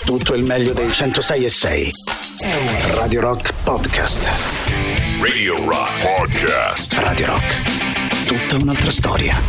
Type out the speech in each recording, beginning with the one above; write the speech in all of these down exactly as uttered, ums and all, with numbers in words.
tutto il meglio dei centosei e sei. Radio Rock Podcast. Radio Rock Podcast. Radio Rock. Tutta un'altra storia.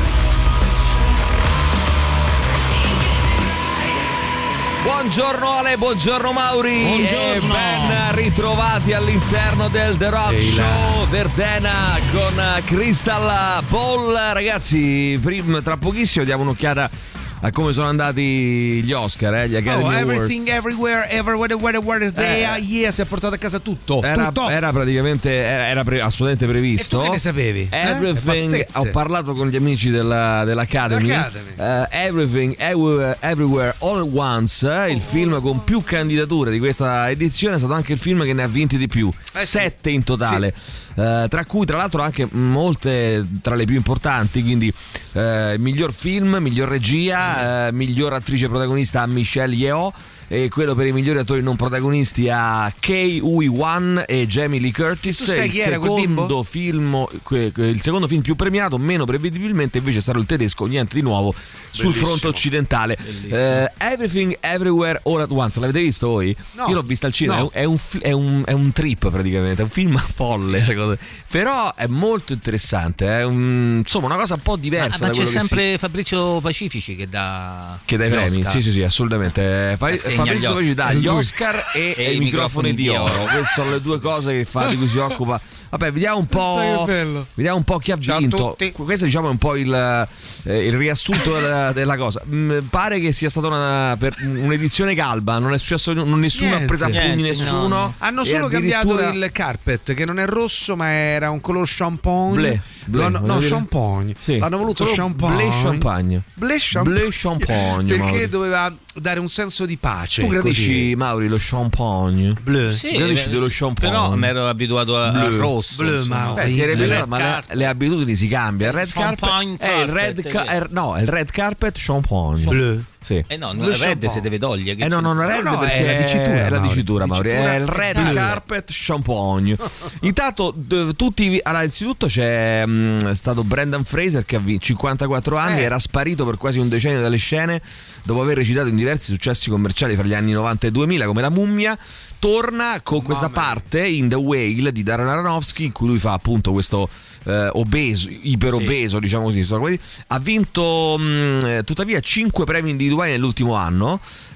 Buongiorno Ale, buongiorno Mauri. Buongiorno. E ben ritrovati all'interno del The Rock Ehi là. Show Verdena con Crystal Ball. Ragazzi, prim- tra pochissimo diamo un'occhiata a come sono andati gli Oscar, eh, gli Academy Oh, Awards. everything, everywhere, everywhere, where, where, there, Eh. yeah, si è portato a casa tutto. Era, tutto. era praticamente era, era pre- assolutamente previsto. E tu che ne sapevi? Eh? Everything. Bastette. Ho parlato con gli amici della, dell'Academy. L'Academy. Eh, Everything Everywhere, Everywhere All at Once, eh, il film con più candidature di questa edizione, è stato anche il film che ne ha vinti di più, Eh sì. sette in totale. Eh, tra cui tra l'altro anche molte tra le più importanti, quindi eh, miglior film, miglior regia, eh, miglior attrice protagonista a Michelle Yeoh, e quello per i migliori attori non protagonisti a Kei Ui-wan e Jamie Lee Curtis. Tu sai il chi era quel bimbo? secondo film, que- que- il secondo film più premiato, meno prevedibilmente invece sarà il tedesco, niente di nuovo sul Bellissimo. fronte occidentale. Eh, Everything Everywhere All at Once, l'avete visto voi? No. Io l'ho vista al cinema, No. è, un, fi- è, un, è un trip praticamente, è un film folle, secondo me. Però è molto interessante, è un, insomma una cosa un po' diversa Ma, ma da c'è quello che si- sempre Fabrizio Pacifici che dà che dai gli premi, Oscar. sì sì sì, assolutamente. Fa- Assegna Fabrizio gli Pacifici dà gli Oscar. Oscar e, E e i i microfoni microfoni di di oro. oro. Queste sono le due cose che fa, di cui si occupa. Vabbè, vediamo un po'. Sai che bello. Vediamo un po' chi ha Ciao a vinto. tutti. Questo diciamo è un po' il, eh, il riassunto della, della cosa. Mm, pare che sia stata una, per, un'edizione calma, non è successo, non, nessuno Niente. ha preso a pugni Niente, nessuno. no. Hanno E solo cambiato addirittura- il carpet, che non è rosso ma era un color champagne. Blé, blé, L'hanno- voglio no, dire- champagne. Sì. L'hanno voluto Solo champagne. blé champagne. Blé champagne. Blé champagne, Perché Mauri. doveva dare un senso di pace. Tu gradisci, così. Mauri, lo champagne? Bleu. Sì, Gradisci eh, dello champagne? però mi ero abituato a- al Bleu. rosso. Bleu, insomma. ma- Eh, ti eri il abituato, red ma le, carpet. le abitudini si cambia. Il red Champagne carpet è il red, carpet, ca- è vero. è- no, è il red carpet champagne. Bleu. Sì. Eh no, Bleu il red champagne. si deve togliere. che Eh no, c'è- non è red no, perché è la dicitura, è la Mauri. dicitura, Mauri. Dicitura È il red bleu. carpet champagne. Intanto d- tutti allora, innanzitutto c'è mh, stato Brendan Fraser che ha vi- cinquantaquattro anni, Eh. era sparito per quasi un decennio dalle scene dopo aver recitato in diversi successi commerciali fra gli anni novanta e duemila come La Mummia. Torna con questa Mamma mia. parte in The Whale di Darren Aronofsky in cui lui fa appunto questo eh, obeso, iperobeso, diciamo così. Ha vinto mh, tuttavia cinque premi individuali nell'ultimo anno,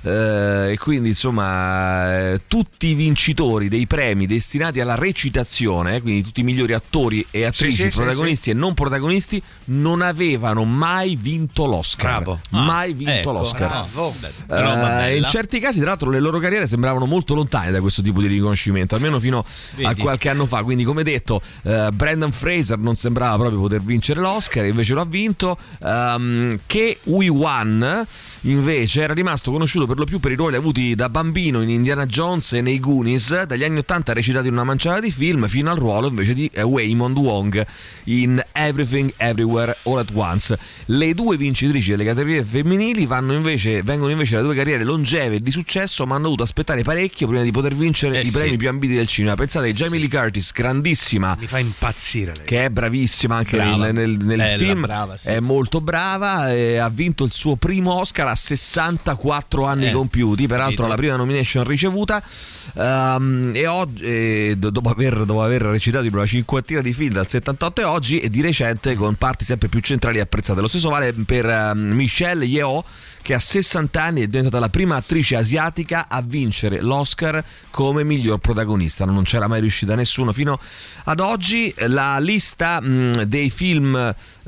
eh, e quindi insomma eh, tutti i vincitori dei premi destinati alla recitazione, eh, quindi tutti i migliori attori e attrici, sì, sì, protagonisti e non protagonisti, non avevano mai vinto l'Oscar. Bravo. Mai vinto ecco, l'Oscar. Bravo. Beh, roba Eh, bella. in certi casi, tra l'altro, le loro carriere sembravano molto lontane da questo tipo di riconoscimento, almeno fino Vedi. a qualche anno fa. Quindi, come detto, eh, Brendan Fraser non sembrava proprio poter vincere l'Oscar, invece lo ha vinto. Um, Ke Ui-wan invece era rimasto conosciuto per lo più per i ruoli avuti da bambino in Indiana Jones e nei Goonies. Dagli anni ottanta ha recitato in una manciata di film, fino al ruolo invece di eh, Waymond Wong in Everything Everywhere All at Once. Le due vincitrici delle categorie femminili vanno invece, vengono invece da due carriere longeve e di successo, ma hanno dovuto aspettare parecchio prima di poter vincere Eh i sì. premi più ambiti del cinema. Pensate, Jamie Lee Curtis, grandissima, Mi fa impazzire lei. che è bravissima anche Brava. nel, nel- nel Bella, film, brava, sì. è molto brava, e ha vinto il suo primo Oscar a sessantaquattro anni Eh, compiuti, peraltro capito. la prima nomination ricevuta. Ehm, e oggi, eh, do- dopo, aver, dopo aver recitato in una cinquantina di film dal settantotto e oggi, e di recente con parti sempre più centrali e apprezzate. Lo stesso vale per ehm, Michelle Yeoh, che a sessanta anni è diventata la prima attrice asiatica a vincere l'Oscar come miglior protagonista. Non c'era mai riuscita nessuno fino ad oggi. La lista mh, dei film,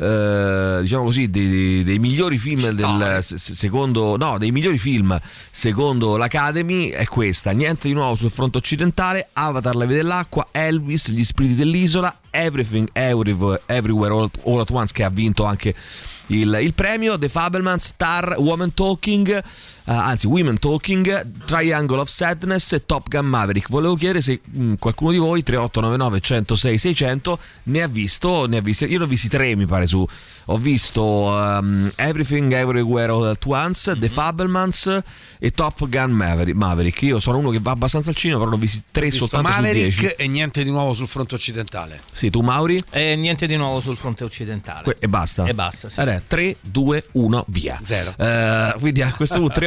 eh, diciamo così, dei, dei migliori film del se- secondo no, dei migliori film secondo l'Academy è questa: niente di nuovo sul fronte occidentale, Avatar, La via dell'acqua, Elvis, Gli spiriti dell'isola, Everything Everywhere, Everywhere All, All at Once, che ha vinto anche il, il premio, The Fabelmans, Tar, Woman Talking, Uh, anzi Women Talking, Triangle of Sadness e Top Gun Maverick. Volevo chiedere se mh, qualcuno di voi, tre otto nove nove uno zero sei sei zero zero, ne ha visto, ne ha visto. Io ne ho visti tre, mi pare, su. Ho visto um, Everything Everywhere All at Once, mm-hmm. The Fabelmans e Top Gun Maverick. Maverick. Io sono uno che va abbastanza al cinema, però ne ho visti tre soltanto Maverick su dieci. E niente di nuovo sul fronte occidentale. Sì, tu Mauri? E niente di nuovo sul fronte occidentale. Que- e basta. E basta, sì. Allora, tre, due, uno, via. Zero. Uh, quindi a questo punto tre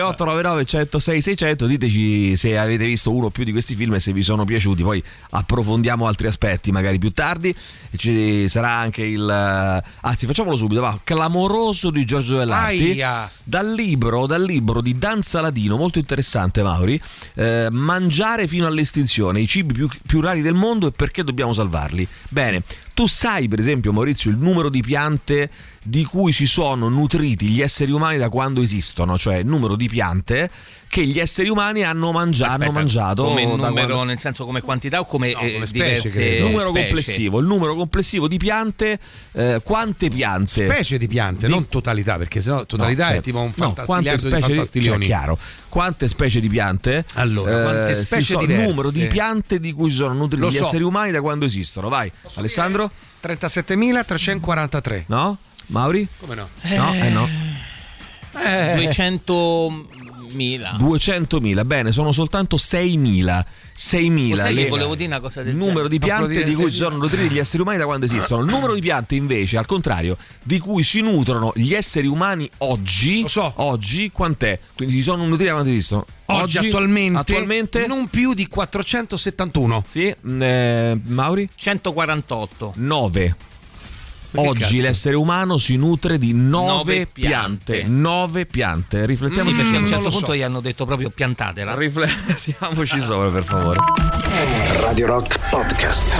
otto nove nove, centosei, seicento, diteci se avete visto uno o più di questi film e se vi sono piaciuti, poi approfondiamo altri aspetti magari più tardi. Ci sarà anche il anzi facciamolo subito, va, Clamoroso di Giorgio Velatti. Aia. Dal libro, dal libro di Dan Saladino, molto interessante, Mauri, eh, Mangiare fino all'estinzione, i cibi più, più rari del mondo e perché dobbiamo salvarli. Bene, tu sai per esempio, Maurizio, il numero di piante di cui si sono nutriti gli esseri umani da quando esistono, cioè il numero di piante che gli esseri umani hanno, mangia- Aspetta, hanno mangiato come da numero, quando... nel senso come quantità o come, No, eh, come specie, diverse credo. il numero specie? complessivo, il numero complessivo di piante, eh, quante piante? Specie di piante, Di- non totalità, perché sennò totalità No, è certo. tipo un No, fantastiliardo quante di specie di- fantastilioni. cioè, chiaro. Quante specie di piante? Allora, quante si specie so- diverse? numero di piante di cui si sono nutriti Lo gli so. esseri umani da quando esistono. Vai, Alessandro? trentasettemilatrecentoquarantatré. No? Mauri? Come no? No, eh no. Eh, duecentomila. duecentomila, bene, sono soltanto seimila. seimila. Sai le- che volevo dire una cosa del il numero di genere. piante di cui si seimila. sono nutriti gli esseri umani da quando esistono. Il numero di piante invece, al contrario, di cui si nutrono gli esseri umani oggi, Lo so. oggi quant'è? Quindi si sono nutriti da quando esistono. Oggi, attualmente, attualmente non più di quattrocentosettantuno. sì, eh, Mauri? centoquarantotto. nove. Ma che Oggi cazzo? l'essere umano si nutre di nove Nove piante. piante. Nove piante. Riflettiamo Sì, perché a un non certo lo so. punto gli hanno detto proprio piantatela. Riflettiamoci sopra, per favore. Radio Rock Podcast.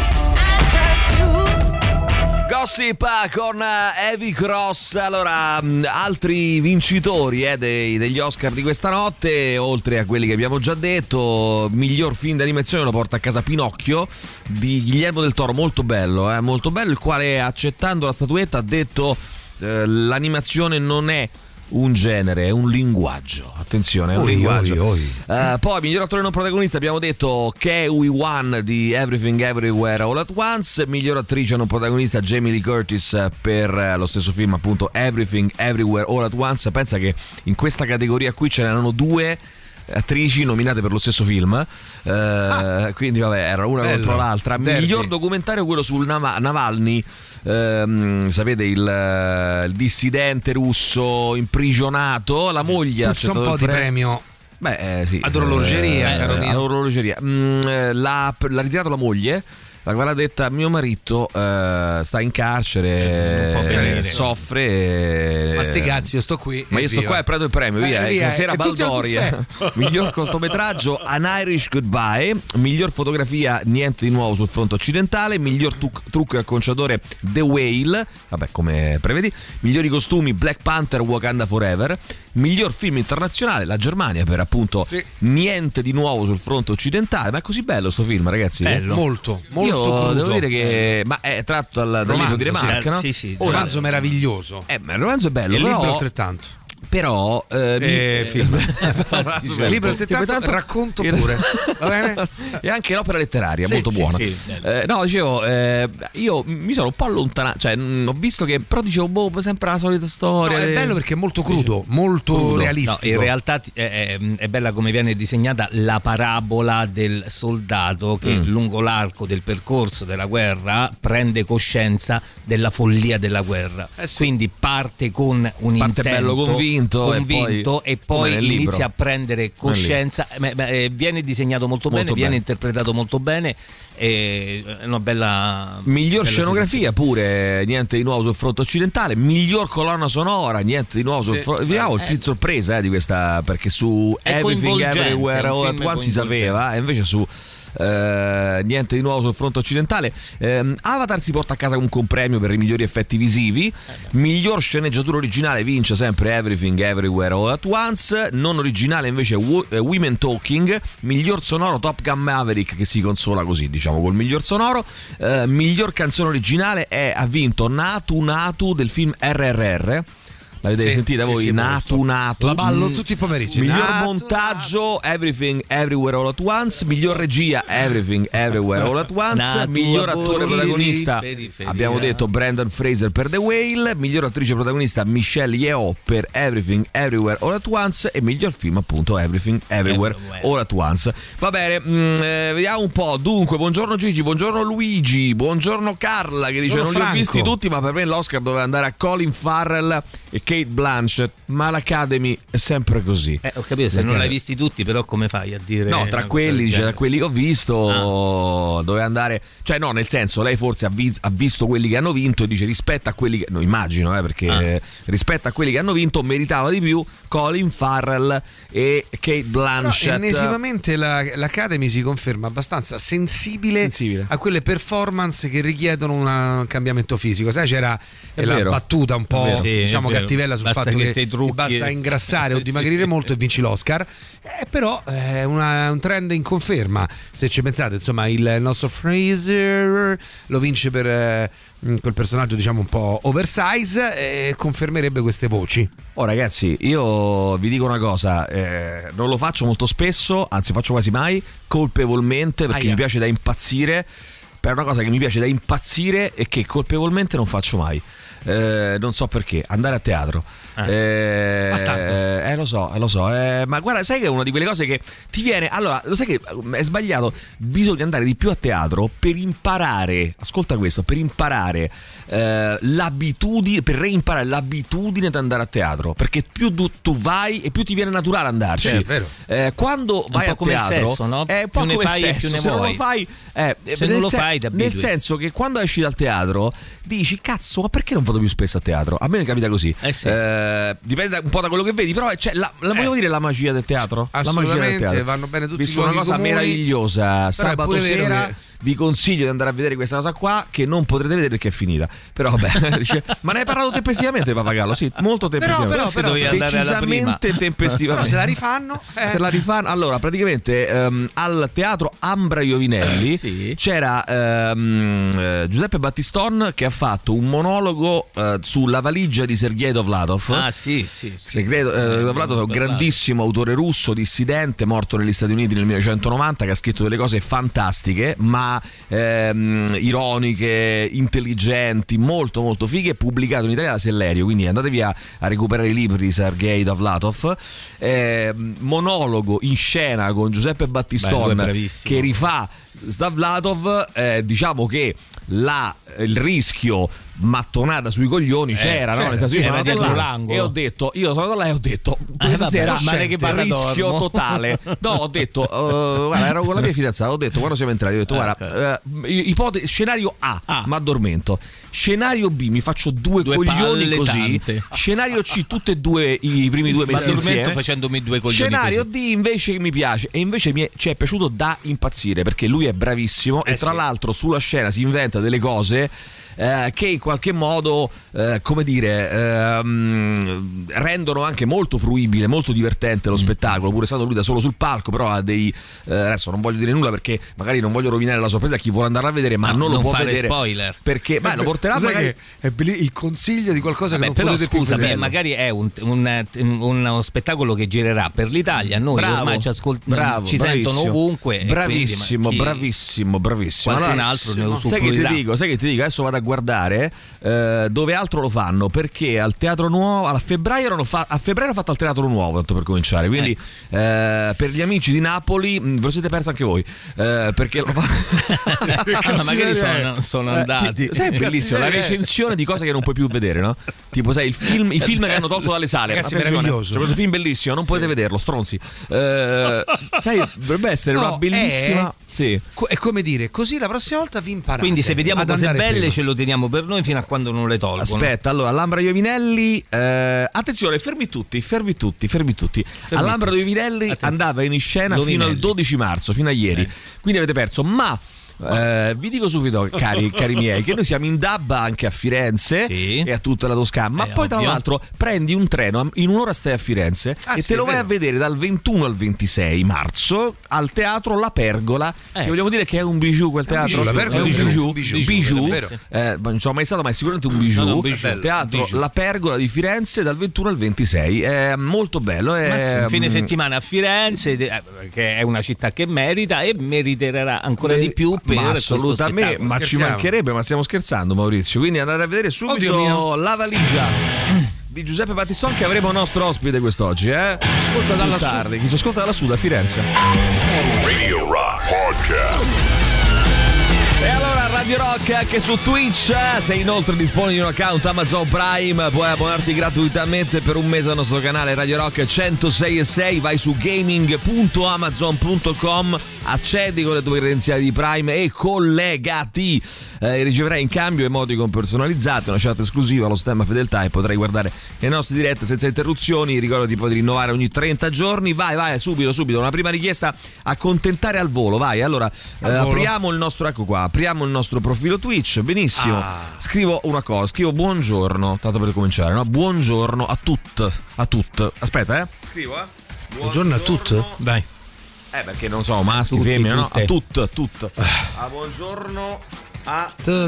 Gossip con Heavy Cross. Allora, mh, altri vincitori eh, dei- degli Oscar di questa notte, oltre a quelli che abbiamo già detto. Miglior film d'animazione lo porta a casa Pinocchio di Guillermo del Toro, molto bello, eh, molto bello, il quale, accettando la statuetta, ha detto eh, l'animazione non è un genere, è un linguaggio. Attenzione, è un Oi, linguaggio. oi, oi. Eh, poi miglior attore non protagonista abbiamo detto Ke-Huy Kwan di Everything Everywhere All at Once. Miglior attrice non protagonista Jamie Lee Curtis per eh, lo stesso film, appunto, Everything Everywhere All at Once. Pensa che in questa categoria qui ce n'erano due attrici nominate per lo stesso film, eh, Ah. quindi vabbè, era una Bello. contro l'altra. Derby. Miglior documentario quello sul Nav- Navalny, ehm, sapete, il, eh, il dissidente russo imprigionato, la moglie ha Puzza un accettato po' il di pre- premio. Beh, eh, sì. Ad orologeria, Eh, caro mio. ad orologeria. Mm, eh, l'ha, l'ha ritirato la moglie. La quale ha detto: mio marito eh, sta in carcere, Non può eh, venire. soffre. eh, Ma sti cazzi, io sto qui. ma e io sto via. qua e prendo il premio, via, Eh, eh, via, che sera e tutti al baldoria. Miglior cortometraggio An Irish Goodbye. Miglior fotografia niente di nuovo sul fronte occidentale. Miglior tu- trucco e acconciatore The Whale, vabbè, come prevedi. Migliori costumi Black Panther Wakanda Forever. Miglior film internazionale la Germania, per appunto Sì. niente di nuovo sul fronte occidentale. Ma è così bello sto film, ragazzi. Bello. Molto, molto Io crudo. devo dire che ma è tratto dal, dal libro di Romanzo, Remarque, sì. no? Sì, sì. Un romanzo meraviglioso. Eh, ma il romanzo è bello, E il libro però, altrettanto. però eh, Eh, mi- film. Sì, Il libro certo. altrettanto, racconto pure. Va bene? E anche l'opera letteraria, Sì, molto sì, buona. sì, bello. Eh, no, dicevo, eh, io mi sono un po' allontanato, cioè mh, ho visto che, però dicevo, boh, sempre la solita No, storia. è de- bello perché è molto crudo, molto Crudo. No, realistico. in realtà ti- è, è- è bella come viene disegnata la parabola del soldato che Mm. lungo l'arco del percorso della guerra prende coscienza della follia della guerra. Eh sì. Quindi parte con un Parte intento bello convinto, e convinto poi- e come poi, nel libro. inizia a prendere coscienza. Beh, beh, eh, viene disegnato molto, Molto bene, viene bene. interpretato molto bene. E è una bella Miglior bella scenografia pure, niente di nuovo sul fronte occidentale. Miglior colonna sonora, niente di nuovo sul Sì. fronte. Vediamo il Eh, film sorpresa eh, di questa, perché su È Everything coinvolgente, Everywhere è un All at film Once si coinvolgente. sapeva, e invece su eh, niente di nuovo sul fronte occidentale. Ehm, Avatar si porta a casa un compremio per i migliori effetti visivi. Miglior sceneggiatura originale vince sempre Everything Everywhere All at Once. Non originale invece Wo- eh, Women Talking. Miglior sonoro Top Gun Maverick, che si consola così, diciamo, col miglior sonoro. Eh, miglior canzone originale è, ha vinto Natu Natu del film R R R. L'avete Sì, sentita sì, voi? sì, Natu molto. Natu. La ballo Mm. tutti i pomeriggi. Miglior Natu, montaggio Everything Everywhere All at Once. Miglior regia Everything Everywhere All at Once. Natu Miglior a attore Borghi protagonista di periferia. abbiamo detto Brendan Fraser per The Whale. Miglior attrice protagonista Michelle Yeoh per Everything Everywhere All at Once. E miglior film appunto Everything Everywhere Everywhere. All at Once. Va bene, mm, eh, vediamo un po'. Dunque, buongiorno Gigi, buongiorno Luigi, buongiorno Carla che dice: Buongiorno non li ho Franco. visti tutti, ma per me l'Oscar doveva andare a Colin Farrell e Kate Blanchett, ma l'Academy è sempre così. Eh, ho capito, se non l'hai visti tutti, però come fai a dire? No, tra quelli, dice, tra quelli che ho visto, ah. doveva andare, cioè no, nel senso, lei forse ha, vi- ha visto quelli che hanno vinto e dice rispetto a quelli che, no, immagino, eh, perché ah. eh, rispetto a quelli che hanno vinto meritava di più Colin Farrell e Kate Blanchett. Però ennesimamente la, l'Academy si conferma abbastanza sensibile, sensibile a quelle performance che richiedono una, un cambiamento fisico. Sai, c'era è la vero. battuta un po' sì, diciamo cattivella sul basta fatto che, che, che basta ingrassare o dimagrire sì. molto e vinci l'Oscar, eh, però è una, un trend in conferma, se ci pensate. Insomma, il nostro Fraser lo vince per eh, quel personaggio diciamo un po' oversize e confermerebbe queste voci. Oh ragazzi, io vi dico una cosa, eh, non lo faccio molto spesso, anzi faccio quasi mai, colpevolmente, perché Aia. mi piace da impazzire. Per una cosa che mi piace da impazzire e che colpevolmente non faccio mai. Eh, non so perché, andare a teatro. Eh, eh, eh lo so, lo so. Eh, ma guarda, sai che è una di quelle cose che ti viene. Allora, lo sai che è sbagliato. Bisogna andare di più a teatro per imparare. Ascolta questo, per imparare eh, l'abitudine, per reimparare l'abitudine di andare a teatro. Perché più tu, tu vai e più ti viene naturale andarci. Sì, è vero. Eh, quando vai a come teatro, il sesso, no? È un po' più come ne fai il sesso. e più ne se vuoi. non lo fai, eh, se non lo sen- fai, ti abitui. nel senso che quando esci dal teatro dici cazzo, ma perché non vado più spesso a teatro? A me ne capita così. Eh sì. eh, dipende un po' da quello che vedi, però c'è la, la voglio eh. dire la magia del teatro. Assolutamente, la magia del teatro. vanno bene tutti Visto i una luoghi cosa comuni, meravigliosa sabato sera che... vi consiglio di andare a vedere questa cosa qua, che non potrete vedere perché è finita. Però vabbè, dice, ma ne hai parlato tempestivamente, Pappagallo? Sì, molto tempestivamente. Però, però, però decisamente tempestivamente. Però se la rifanno, eh. se la rifanno. Allora, praticamente um, al teatro Ambra Iovinelli sì. c'era um, uh, Giuseppe Battiston che ha fatto un monologo uh, sulla valigia di Sergei Dovlatov. Ah, sì, sì. sì. Segreto, uh, Dovlatov è un grandissimo autore russo, dissidente, morto negli Stati Uniti nel millenovecentonovanta, che ha scritto delle cose fantastiche, ma ehm, ironiche, intelligenti, molto molto fighe, pubblicato in Italia da Sellerio, quindi andatevi a, a recuperare i libri di Sergei Dovlatov. Eh, monologo in scena con Giuseppe Battiston. Bello, che rifà Dovlatov, eh, diciamo che la, il rischio mattonata sui coglioni eh, c'era, certo, no? Sì, era dietro l'angolo. E ho detto, io sono andato là e ho detto questa eh, sera male che rischio totale. No, ho detto uh, guarda, ero con la mia fidanzata, ho detto quando siamo entrati, ho detto guarda, uh, ipotesi, scenario A, ah. mi addormento. Scenario B, mi faccio due, due coglioni così. Tante. Scenario C, tutte e due i primi due messi insieme. facendomi due coglioni Scenario così. D invece mi piace, e invece mi è, ci è piaciuto da impazzire, perché lui è bravissimo eh e tra sì. l'altro sulla scena si inventa delle cose Eh, che in qualche modo eh, come dire ehm, rendono anche molto fruibile, molto divertente lo mm. spettacolo, pur essendo lui da solo sul palco. Però ha dei eh, adesso non voglio dire nulla perché magari non voglio rovinare la sorpresa a chi vuole andarla a vedere, ma no, non lo non può fare vedere spoiler, perché beh, lo porterà magari che è il consiglio di qualcosa Vabbè, che non però potete scusa, più beh, magari è un, un, uno spettacolo che girerà per l'Italia. Noi bravo, ormai ci, ascolt- bravo, ci sentono ovunque, bravissimo, quindi, bravissimo, bravissimo. Qualcun allora, altro ne sai che ti dico, sai che ti dico, adesso vado a guardare eh, dove altro lo fanno, perché al Teatro Nuovo a febbraio erano fa- a febbraio hanno fatto al Teatro Nuovo, tanto per cominciare, quindi eh. Eh, per gli amici di Napoli ve lo siete persi anche voi, eh, perché lo fanno magari sono, sono andati. Ti, sai, è bellissimo la recensione di cose che non puoi più vedere, no? Tipo sai il film, i film che hanno tolto dalle sale. Ragazzi, meraviglioso. C'è questo film bellissimo, non sì. potete vederlo, stronzi. Eh, sai, dovrebbe essere no, una bellissima è... Sì. È come dire, così la prossima volta vi imparate. Quindi se vediamo cose belle prima. ce lo teniamo per noi fino a quando non le tolgono. Aspetta, allora all'Ambra Iovinelli eh, attenzione, fermi tutti, fermi tutti, fermi tutti. Fermi all'Ambra tutti. Iovinelli Attenzione. andava in scena Lovinelli. fino al dodici marzo, fino a ieri. Eh. Quindi avete perso, ma Eh, vi dico subito, cari, cari miei, che noi siamo in D A B anche a Firenze sì. e a tutta la Toscana, ma è poi tra ovvio. l'altro prendi un treno, in un'ora stai a Firenze ah, e sì, te lo vai a vedere dal ventuno al ventisei marzo al Teatro La Pergola, eh. che vogliamo dire che è un bijou quel teatro, è un bijou, è un bijou, bijou, bijou, bijou eh, non ci sono mai stato, ma è sicuramente un bijou, no, no, un bijou. Teatro bijou. La Pergola di Firenze dal ventuno al ventisei, è molto bello, è un fine settimana a Firenze, che è una città che merita e meriterà ancora di più per ma assolutamente, ma ci mancherebbe, ma stiamo scherzando, Maurizio. Quindi andare a vedere subito La valigia di Giuseppe Battiston, che avremo nostro ospite quest'oggi, eh? Ascolta dalla tardi, chi ci ascolta dalla Sud a Firenze. Radio Rock Podcast. E allora Radio Rock anche su Twitch, sei inoltre disponibile un account Amazon Prime, puoi abbonarti gratuitamente per un mese al nostro canale Radio Rock centosei e sei, vai su gaming punto amazon punto com, accedi con le tue credenziali di Prime e collegati, eh, riceverai in cambio emoticon personalizzati, una chat esclusiva, lo stemma fedeltà e potrai guardare le nostre dirette senza interruzioni. Ricordati poi di rinnovare ogni trenta giorni. Vai vai subito subito una prima richiesta, accontentare al volo, vai. Allora eh, apriamo il nostro, ecco qua, apriamo il nostro profilo Twitch, benissimo. Ah. Scrivo una cosa, scrivo buongiorno, tanto per cominciare, no? Buongiorno a tut, a tut. Aspetta, eh. Scrivo, eh. Buongiorno, buongiorno a tut? Dai. Eh, perché non so, maschi, Tutti, femmine, no? tutte. A tut, tut. A buongiorno a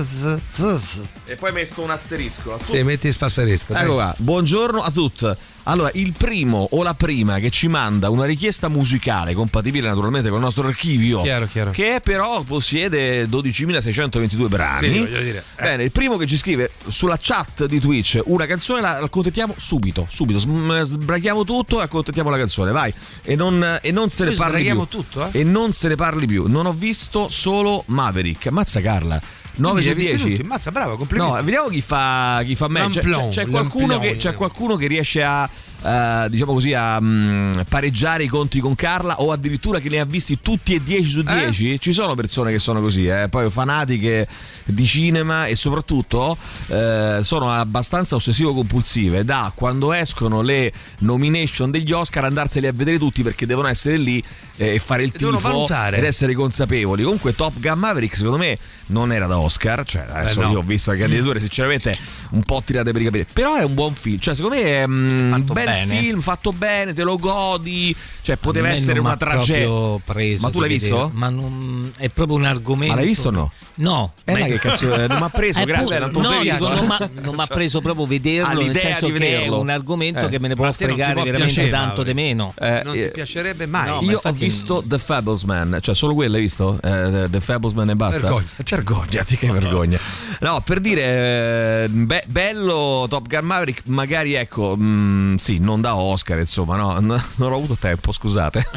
e poi messo un asterisco. A sì, metti spasterisco. Ecco qua, buongiorno a tutti. Allora, il primo o la prima che ci manda una richiesta musicale compatibile naturalmente con il nostro archivio, chiaro, chiaro. che però possiede dodicimilaseicentoventidue brani. Quindi, voglio dire, eh. Bene, il primo che ci scrive sulla chat di Twitch una canzone la accontentiamo subito, subito, sbraghiamo tutto e accontentiamo la canzone, vai. E non, e non se ne Noi parli più. tutto, eh? E non se ne parli più. Non ho visto solo Maverick. Ammazza Carla. nove su dieci. Mazza, bravo, complimenti. No, vediamo chi fa chi fa meglio. C'è, c'è, qualcuno che, c'è qualcuno che riesce a uh, diciamo così a um, pareggiare i conti con Carla, o addirittura che ne ha visti tutti e dieci su dieci? Eh? Ci sono persone che sono così, eh? Poi fanatiche di cinema e soprattutto eh, sono abbastanza ossessivo compulsive da quando escono le nomination degli Oscar andarseli a vedere tutti, perché devono essere lì eh, e fare il tifo ed essere consapevoli. Comunque Top Gun Maverick secondo me non era da Oscar, cioè adesso eh no. io ho visto le candidature sinceramente un po' tirate per i capelli, però è un buon film, cioè secondo me è un fatto bel bene. film, fatto bene, te lo godi, cioè poteva essere una tragedia. Preso ma tu l'hai visto? Ma non, è proprio un argomento. Ma l'hai visto o no? No. Eh ma che cazzo, non mi ha preso, grazie, non, no, dico, non, ma, non mi ha preso proprio vederlo, nel senso che è un argomento eh. che me ne può fregare veramente piacere, tanto di meno. Eh, non ti piacerebbe mai? No, io ho visto The Fablesman, cioè solo quello hai visto? Eh, The Fablesman e basta. Vergogna. Vergognati, che vergogna. No, per dire, be- bello Top Gun Maverick, magari ecco, mh, sì, non da Oscar, insomma, no, n- non ho avuto tempo, scusate.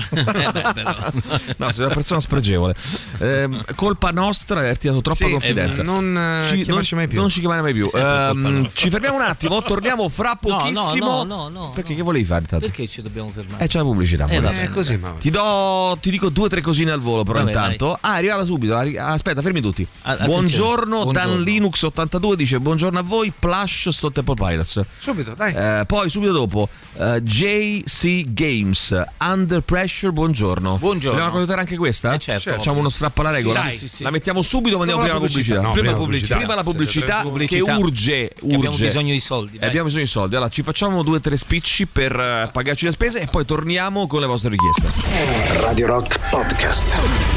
No, sei una persona spregevole. Eh, colpa nostra, aver tirato troppa sì, confidenza. Eh, non ci, chiamarci mai più. Non ci chiamare mai più. Eh, ci fermiamo un attimo, torniamo fra pochissimo. No, no, no, no, perché no. che volevi fare tanto? Perché ci dobbiamo fermare? Eh, c'è la pubblicità. Eh, è così, ma ti do, ti dico due o tre cosine al volo, però vabbè, intanto. Dai. Ah, è arrivata subito. Aspetta, fermi tutti. A- buongiorno, buongiorno, Dan Linux ottantadue dice buongiorno a voi, Plush sto Temple Pilots. Subito, dai. Eh, poi subito dopo uh, J C Games Under Pressure, buongiorno. Buongiorno. Vogliamo raccontare anche questa? Eh, certo. Facciamo uno strappo alla regola. Sì, sì, sì. La mettiamo subito, ma andiamo prima la pubblicità. No, prima, prima, pubblicità. prima la pubblicità, pubblicità che urge, urge. Che abbiamo bisogno di soldi. Eh, abbiamo bisogno di soldi. Allora ci facciamo due o tre spicci per uh, pagarci le spese e poi torniamo con le vostre richieste. Radio Rock Podcast.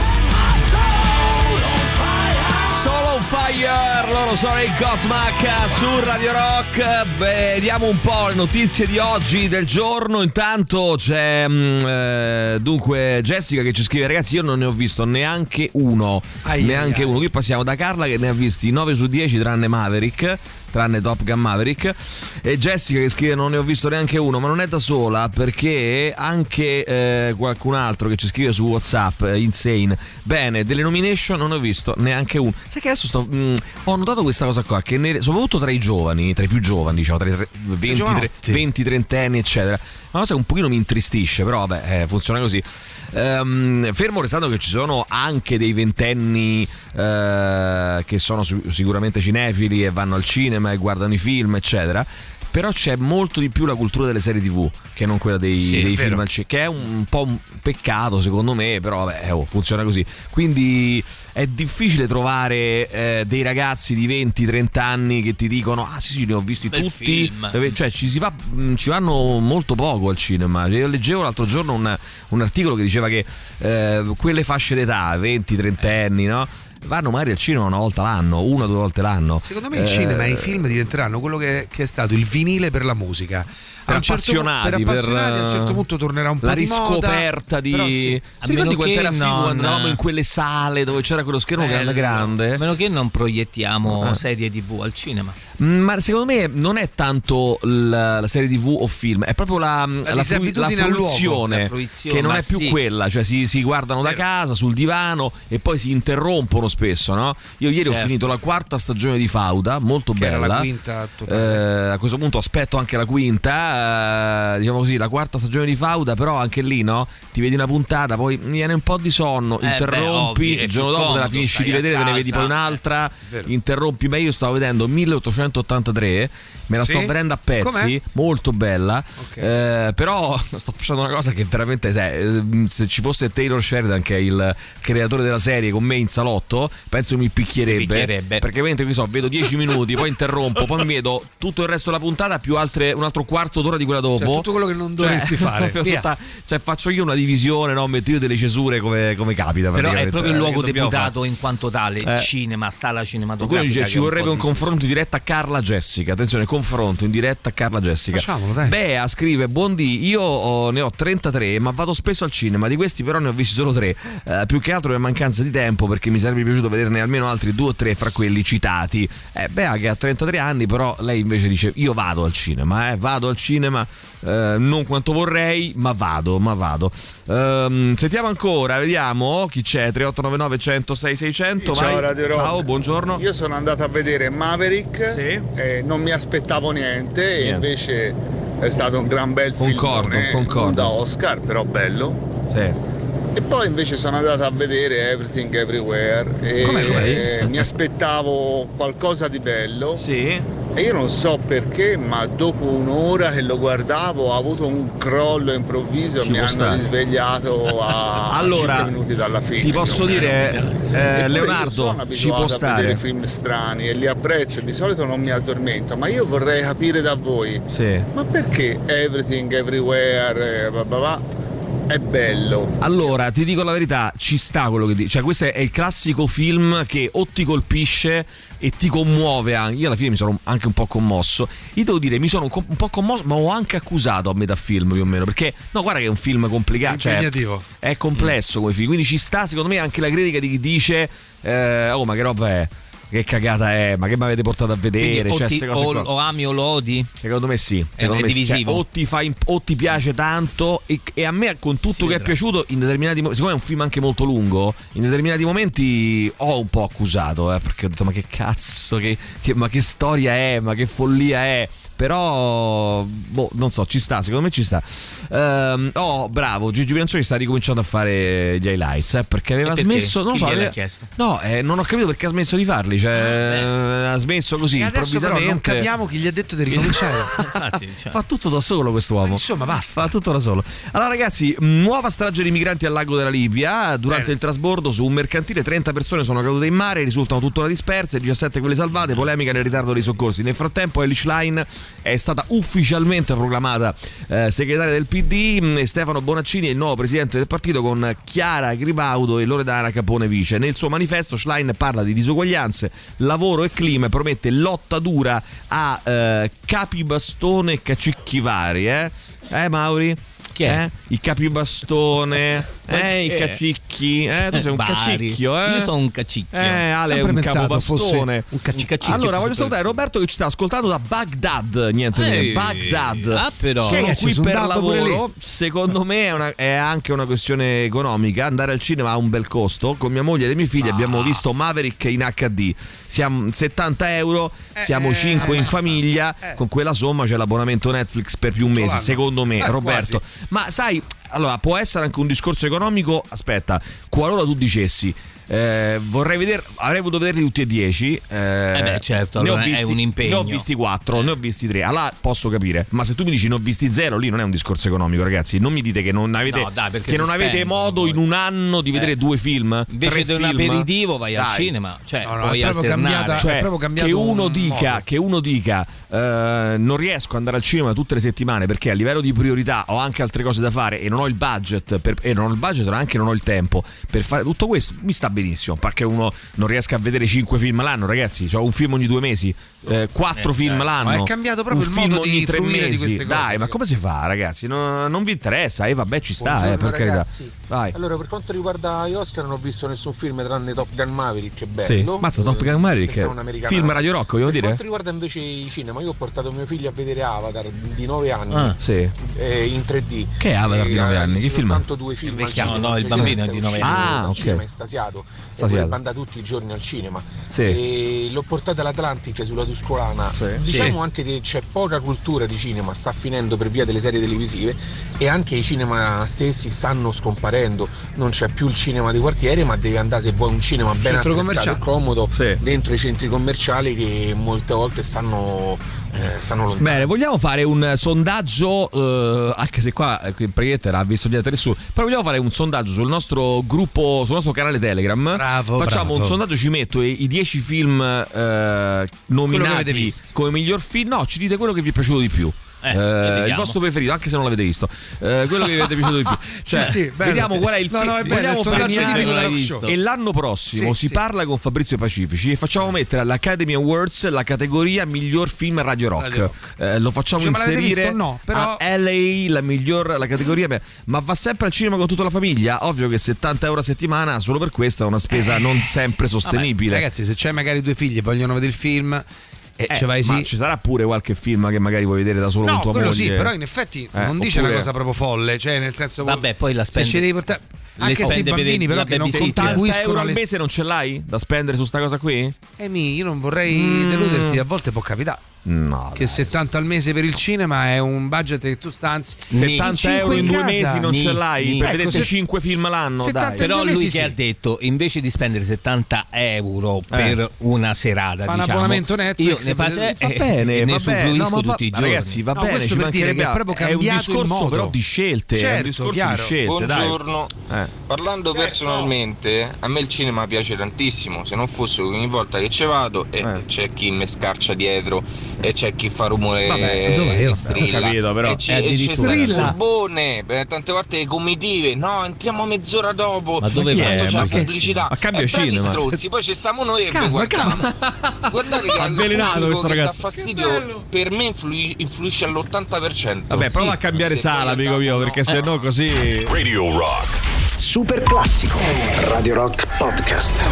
Solo on fire, loro sono i Godsmack su Radio Rock. Beh, vediamo un po' le notizie di oggi, del giorno. Intanto c'è mh, eh, dunque Jessica che ci scrive: ragazzi, io non ne ho visto neanche uno. Ai neanche ai uno. Qui passiamo da Carla che ne ha visti nove su dieci tranne Maverick, tranne Top Gun Maverick, e Jessica che scrive non ne ho visto neanche uno, ma non è da sola, perché anche eh, qualcun altro che ci scrive su WhatsApp, eh, Insane, bene, delle nomination non ne ho visto neanche uno. Sai che adesso sto, mh, ho notato questa cosa qua, che ne, soprattutto tra i giovani, tra i più giovani, diciamo, tra i venti trentenni eccetera, una cosa che un pochino mi intristisce, però vabbè, eh, funziona così. Um, fermo restando che ci sono anche dei ventenni uh, che sono su- sicuramente cinefili e vanno al cinema e guardano i film eccetera, però c'è molto di più la cultura delle serie tivù che non quella dei, sì, dei è film vero. al cinema, che è un po' un peccato secondo me, però vabbè, oh, funziona così. Quindi è difficile trovare eh, dei ragazzi di venti trenta anni che ti dicono ah sì sì ne ho visti Bel tutti film. Cioè ci si va, ci vanno molto poco al cinema. Io leggevo l'altro giorno un, un articolo che diceva che eh, quelle fasce d'età venti trenta anni, no, vanno magari al cinema una volta l'anno, una o due volte l'anno. Secondo me il eh, cinema e i film diventeranno quello che, che è stato il vinile per la musica. Per A un certo, appassionati, per appassionati per, a un certo punto tornerà un po' la di moda, riscoperta di però sì. a meno di quanto era figo non... quando andavamo in quelle sale dove c'era quello schermo Bello. grande grande. A meno che non proiettiamo Ah. serie tivù al cinema. Ma secondo me non è tanto la, la serie tivù o film, è proprio la, la, la, frui, la fruizione, la fruizione, che non ma è più sì. quella, cioè si, si guardano da casa sul divano e poi si interrompono, spesso, no? Io ieri certo. ho finito la quarta stagione di Fauda, molto che bella. Era la quinta eh, a questo punto aspetto anche la quinta, eh, diciamo così, la quarta stagione di Fauda, però anche lì, no? Ti vedi una puntata, poi mi viene un po' di sonno, eh interrompi, beh, il giorno dopo te la finisci di vedere, te ne vedi poi un'altra, eh, interrompi. Ma io stavo vedendo milleottocentottantatré, me la sì? sto vedendo a pezzi. Com'è? Molto bella, okay. eh, però sto facendo una cosa che veramente, se, se ci fosse Taylor Sheridan, che è il creatore della serie, con me in salotto, penso mi picchierebbe, picchierebbe. Perché mentre mi so, vedo dieci minuti, poi interrompo, poi mi vedo tutto il resto della puntata più altre, un altro quarto d'ora di quella dopo, cioè, tutto quello che non dovresti cioè, fare tutta, cioè faccio io una divisione, no? Metto io delle cesure come, come capita, però è proprio il luogo eh, deputato fare. in quanto tale, eh. cinema, sala cinematografica. Dice, ci vorrebbe un, un confronto in diretta a Carla Jessica, attenzione, confronto in diretta a Carla Jessica. Facciamolo, dai. Bea scrive: buondì, io ho, ne ho trentatré, ma vado spesso al cinema, di questi però ne ho visti solo tre, eh, più che altro per mancanza di tempo, perché mi sarebbe piaciuto vederne almeno altri due o tre fra quelli citati. eh, Bea che ha trentatré anni, però lei invece dice: io vado al cinema, eh, vado al cinema, eh, non quanto vorrei, ma vado, ma vado. Um, sentiamo ancora, vediamo chi c'è. Tre otto nove nove uno zero sei sei zero zero. Ciao Radio Rock. Ciao, buongiorno. Io sono andato a vedere Maverick, sì. eh, non mi aspettavo niente, niente, e invece è stato un gran bel film, concordo, concordo. Non da Oscar, però bello. Sì. E poi invece sono andato a vedere Everything Everywhere e com'è, com'è? mi aspettavo qualcosa di bello. Sì. E io non so perché, ma dopo un'ora che lo guardavo ho avuto un crollo improvviso, ci mi hanno stare. risvegliato a allora, cinque minuti dalla fine. Ti posso dire, eh, Leonardo, ci può stare. A vedere film strani e li apprezzo, di solito non mi addormento, ma io vorrei capire da voi, sì. ma perché Everything Everywhere, blah blah blah, è bello? Allora, ti dico la verità, ci sta quello che dici. Cioè, questo è il classico film che o ti colpisce e ti commuove anche. Io alla fine mi sono anche un po' commosso. Io devo dire, mi sono un po' commosso, ma ho anche accusato a metà film più o meno. Perché, no, guarda che è un film complicato. Cioè, è complesso come film. Quindi ci sta, secondo me, anche la critica di chi dice: eh, oh, ma che roba è? Che cagata è, ma che mi avete portato a vedere? O, cioè, ti, cose o, o ami o lo odi? Secondo me sì. Secondo è me divisivo. Sì. Cioè, o ti fa in, o ti piace tanto, e, e a me con tutto sì, che è piaciuto in determinati momenti, siccome è un film anche molto lungo, in determinati momenti ho un po' accusato, eh, perché ho detto: ma che cazzo, che, che, ma che storia è, ma che follia è. Però, boh, non so, ci sta, secondo me ci sta. Um, oh, bravo, Gigi Bilancioni sta ricominciando a fare gli highlights, eh, perché aveva perché? smesso. Non Chi so, gliel'ha aveva... chiesto? No, eh, non ho capito perché ha smesso di farli. Cioè, ah, ha smesso così e adesso improvvisamente. Però non capiamo chi gli ha detto di ricominciare. Infatti, cioè. Fa tutto da solo quest'uomo. Ma insomma, basta. Fa tutto da solo. Allora, ragazzi, nuova strage di migranti al lago della Libia. Durante Bene. il trasbordo su un mercantile, trenta persone sono cadute in mare, risultano tuttora disperse, diciassette quelle salvate. Polemica nel ritardo dei soccorsi. Nel frattempo, Elish Line è stata ufficialmente proclamata eh, segretaria del P D. Stefano Bonaccini è il nuovo presidente del partito, con Chiara Gribaudo e Loredana Capone vice. Nel suo manifesto Schlein parla di disuguaglianze, lavoro e clima e promette lotta dura a eh, capibastone e cacicchi vari, eh? Eh Mauri? Chi è? Eh? I capibastone, eh, i cacicchi, eh, tu sei un Bari. cacicchio, eh? Io sono un cacicchio. Eh, Ale è un capobastone. Un cacicchio. Allora, voglio salutare Roberto che ci sta ascoltando da Baghdad, niente di meno, Baghdad. Ah, però. Sono Ragazzi, qui sono per andato pure lavoro. Secondo me è, una, è anche una questione economica. Andare al cinema ha un bel costo. Con mia moglie e le mie figlie ah. abbiamo visto Maverick in acca di. Siamo settanta euro, siamo eh, cinque eh, in famiglia. eh. Con quella somma c'è l'abbonamento Netflix per più mesi, secondo me, eh, Roberto. quasi. Ma sai, allora può essere anche un discorso economico. Aspetta, qualora tu dicessi eh, vorrei vedere, avrei voluto vederli tutti e dieci, eh, eh beh, certo, ne ho allora visti, è un impegno. ne ho visti quattro, ne ho visti tre. Allora posso capire, ma se tu mi dici ne ho visti zero, lì non è un discorso economico, ragazzi. Non mi dite che non avete, no, dai, che non avete spendono, modo poi. in un anno di vedere eh. due film. Invece di un film. aperitivo vai dai. al cinema, cioè no, no, puoi è proprio alternare. cambiata, Cioè, è proprio cambiato che uno un dica modo. che uno dica eh, non riesco ad andare al cinema tutte le settimane perché a livello di priorità ho anche altre cose da fare e non ho il budget per, e non ho il budget ma anche non ho il tempo per fare tutto questo, mi sta benissimo, perché uno non riesca a vedere cinque film l'anno, ragazzi, c'ho un film ogni due mesi, eh, quattro eh, film dai. l'anno, ma è cambiato proprio un il film modo ogni di tre fruire mesi. di queste cose. Dai, ma come si fa, ragazzi? Non, non vi interessa, e eh, vabbè, ci sta, Buongiorno, eh, per carità. ragazzi. Vai. Allora, per quanto riguarda gli Oscar, non ho visto nessun film tranne Top Gun Maverick, che è Sì, bello. mazza, Top Gun Maverick, eh, film Radio Rock, vogliamo per dire? Per quanto riguarda invece i cinema, io ho portato mio figlio a vedere Avatar di nove anni, Ah, sì. eh, in tre D. Che è Avatar e, di nove anni? Che film? Soltanto due film. No, no, il bambino è di nove anni. Ah, ok. Cinema, estasiato. Stasera. E vorrebbe andare tutti i giorni al cinema. Sì. E l'ho portata all'Atlantic sulla Tuscolana. Sì. Diciamo sì. anche che c'è poca cultura di cinema, sta finendo per via delle serie televisive, e anche i cinema stessi stanno scomparendo. Non c'è più il cinema di quartiere, ma devi andare, se vuoi un cinema ben attrezzato e comodo, sì. dentro i centri commerciali che molte volte stanno Eh, stanno lontani. Bene, vogliamo fare un sondaggio, eh, anche se qua qui in proietta ha visto niente nessuno, però vogliamo fare un sondaggio sul nostro gruppo, sul nostro canale Telegram. Bravo, facciamo bravo. un sondaggio, ci metto i dieci film eh, nominati come miglior film. No, ci dite quello che vi è piaciuto di più. Eh, eh, il vostro preferito, anche se non l'avete visto, eh, quello che vi avete piaciuto di più. Cioè, sì, sì, vediamo qual è il film. No, no, vogliamo il sondaggio tipico della rock show. E l'anno prossimo sì, si sì. parla con Fabrizio Pacifici e facciamo mettere all'Academy Awards la categoria miglior film Radio Rock. Radio rock. Eh, lo facciamo cioè, inserire visto? No, però... a L A la miglior la categoria. Ma va sempre al cinema con tutta la famiglia? Ovvio che settanta euro a settimana solo per questo è una spesa eh. non sempre sostenibile. Vabbè, ragazzi, se c'è magari due figli e vogliono vedere il film. Eh, eh, vai, ma sì. ci sarà pure qualche film che magari vuoi vedere da solo no, con tua quello moglie. Sì, però in effetti eh, non dice oppure... una cosa proprio folle, cioè nel senso vabbè, poi la spendi. Se ci devi portare anche se i bambini però che non contribuiscono euro al mese non ce l'hai da spendere su sta cosa qui? Eh mi, io non vorrei mm. deluderti, a volte può capitare. No, che dai. settanta al mese per il cinema è un budget che tu stanzi settanta euro in, in due mesi non ni, ce l'hai ni. per ecco, vedere cinque film l'anno dai. Però lui che sì. ha detto invece di spendere settanta euro eh. per una serata fa diciamo, un abbonamento Netflix io ne faccio va bene, e ne va usufruisco no, tutti va, i giorni ragazzi va no, bene, questo per dire che è proprio cambiato è un discorso il modo però di scelte certo, è un discorso chiaro. di scelte. Buongiorno dai. Eh. Parlando certo. personalmente a me il cinema piace tantissimo, se non fosse ogni volta che ci vado e eh. c'è chi mi scarcia dietro e c'è chi fa rumore vabbè, dove io? strilla capito, però. e, c- e c'è stato il furbone tante volte le comitive no entriamo mezz'ora dopo ma dove tanto c'è la pubblicità a cambio e cinema stronzi poi ci stiamo noi e calma, vi guardiamo guardate che avvelenato questo che ragazzo dà fastidio per me influ- influisce all'ottanta per cento vabbè prova sì, a cambiare sala amico mio perché no. sennò così Radio Rock Super classico Radio Rock Podcast.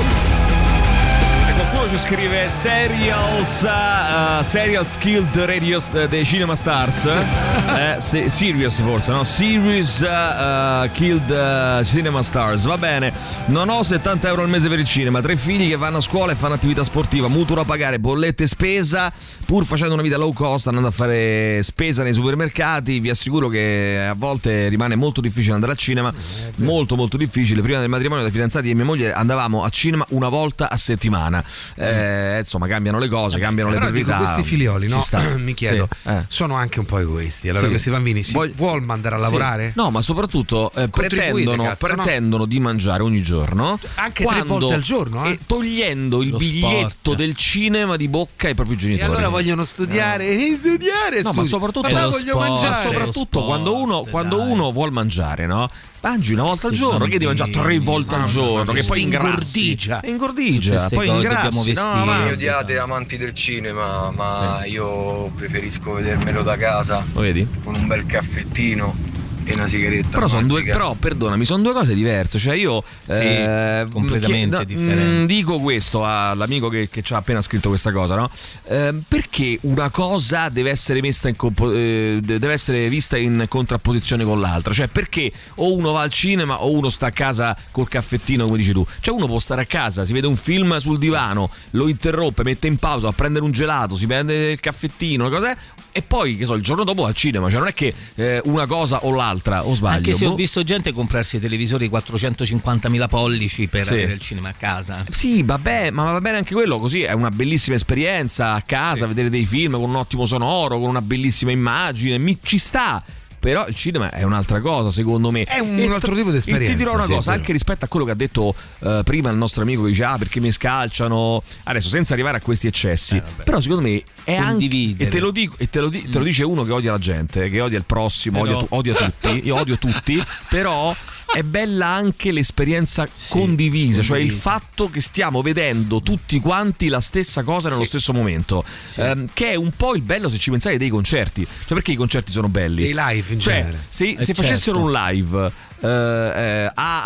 Qualcuno ci scrive Serials uh, Serials Killed Radio uh, dei Cinema Stars eh, se, Serious forse no? Series uh, Killed uh, Cinema Stars. Va bene, non ho settanta euro al mese per il cinema, tre figli che vanno a scuola e fanno attività sportiva, mutuo da pagare, bollette e spesa, pur facendo una vita low cost, andando a fare spesa nei supermercati. Vi assicuro che a volte rimane molto difficile andare al cinema, molto molto difficile. Prima del matrimonio da fidanzati e mia moglie andavamo a cinema una volta a settimana. Eh, insomma cambiano le cose, eh, cambiano le priorità. Dico, questi filioli no? mi chiedo sì, eh. sono anche un po' egoisti. Allora sì. questi bambini si Voglio... vuol mandare a lavorare? Sì. No, ma soprattutto eh, pretendono, cazzo, pretendono no? di mangiare ogni giorno, anche quando, tre volte al giorno eh? e togliendo il Lo biglietto sport. del cinema di bocca ai propri genitori. E allora vogliono studiare no. e studiare no, ma soprattutto ma voglio sport, mangiare. Soprattutto quando uno, quando uno vuol mangiare, no? Mangi una volta al giorno, che devi mangiare tre volte al giorno, che poi ingordigia. Ingordigia, poi ingrassi. No, ma mi odiate amanti del cinema, ma sì. io preferisco vedermelo da casa. Lo vedi? Con un bel caffettino e una sigaretta. Però sono due, però perdonami, sono due cose diverse. Cioè io sì, eh, completamente che, differenti. Mh, dico questo all'amico che, che ci ha appena scritto questa cosa, no? Eh, perché una cosa deve essere messa in compo- eh, deve essere vista in contrapposizione con l'altra? Cioè perché o uno va al cinema o uno sta a casa col caffettino, come dici tu? Cioè uno può stare a casa, si vede un film sul divano, lo interrompe, mette in pausa a prendere un gelato, si prende il caffettino, cos'è? E poi che so, il giorno dopo al cinema. Cioè non è che eh, una cosa o l'altra, o sbaglio? Anche se boh. ho visto gente comprarsi televisori quattrocentocinquantamila pollici per sì. avere il cinema a casa. Sì, vabbè, ma va bene anche quello, così è una bellissima esperienza a casa, sì. vedere dei film con un ottimo sonoro, con una bellissima immagine, mi, ci sta. Però il cinema è un'altra cosa, secondo me. È un e altro tipo di esperienza. E ti dirò una sì, cosa, anche rispetto a quello che ha detto uh, prima il nostro amico che dice ah perché mi scalciano, adesso senza arrivare a questi eccessi, eh, però secondo me è anche, e te lo dico e te lo, di, te lo dice uno che odia la gente, che odia il prossimo, però... odia, odia tutti, io odio tutti, però è bella anche l'esperienza sì, condivisa, condivisa, cioè il fatto che stiamo vedendo tutti quanti la stessa cosa nello sì. stesso momento, sì. ehm, che è un po' il bello, se ci pensate, dei concerti. Cioè perché i concerti sono belli? Dei live in cioè, genere. Se, eh se certo. facessero un live eh, eh, a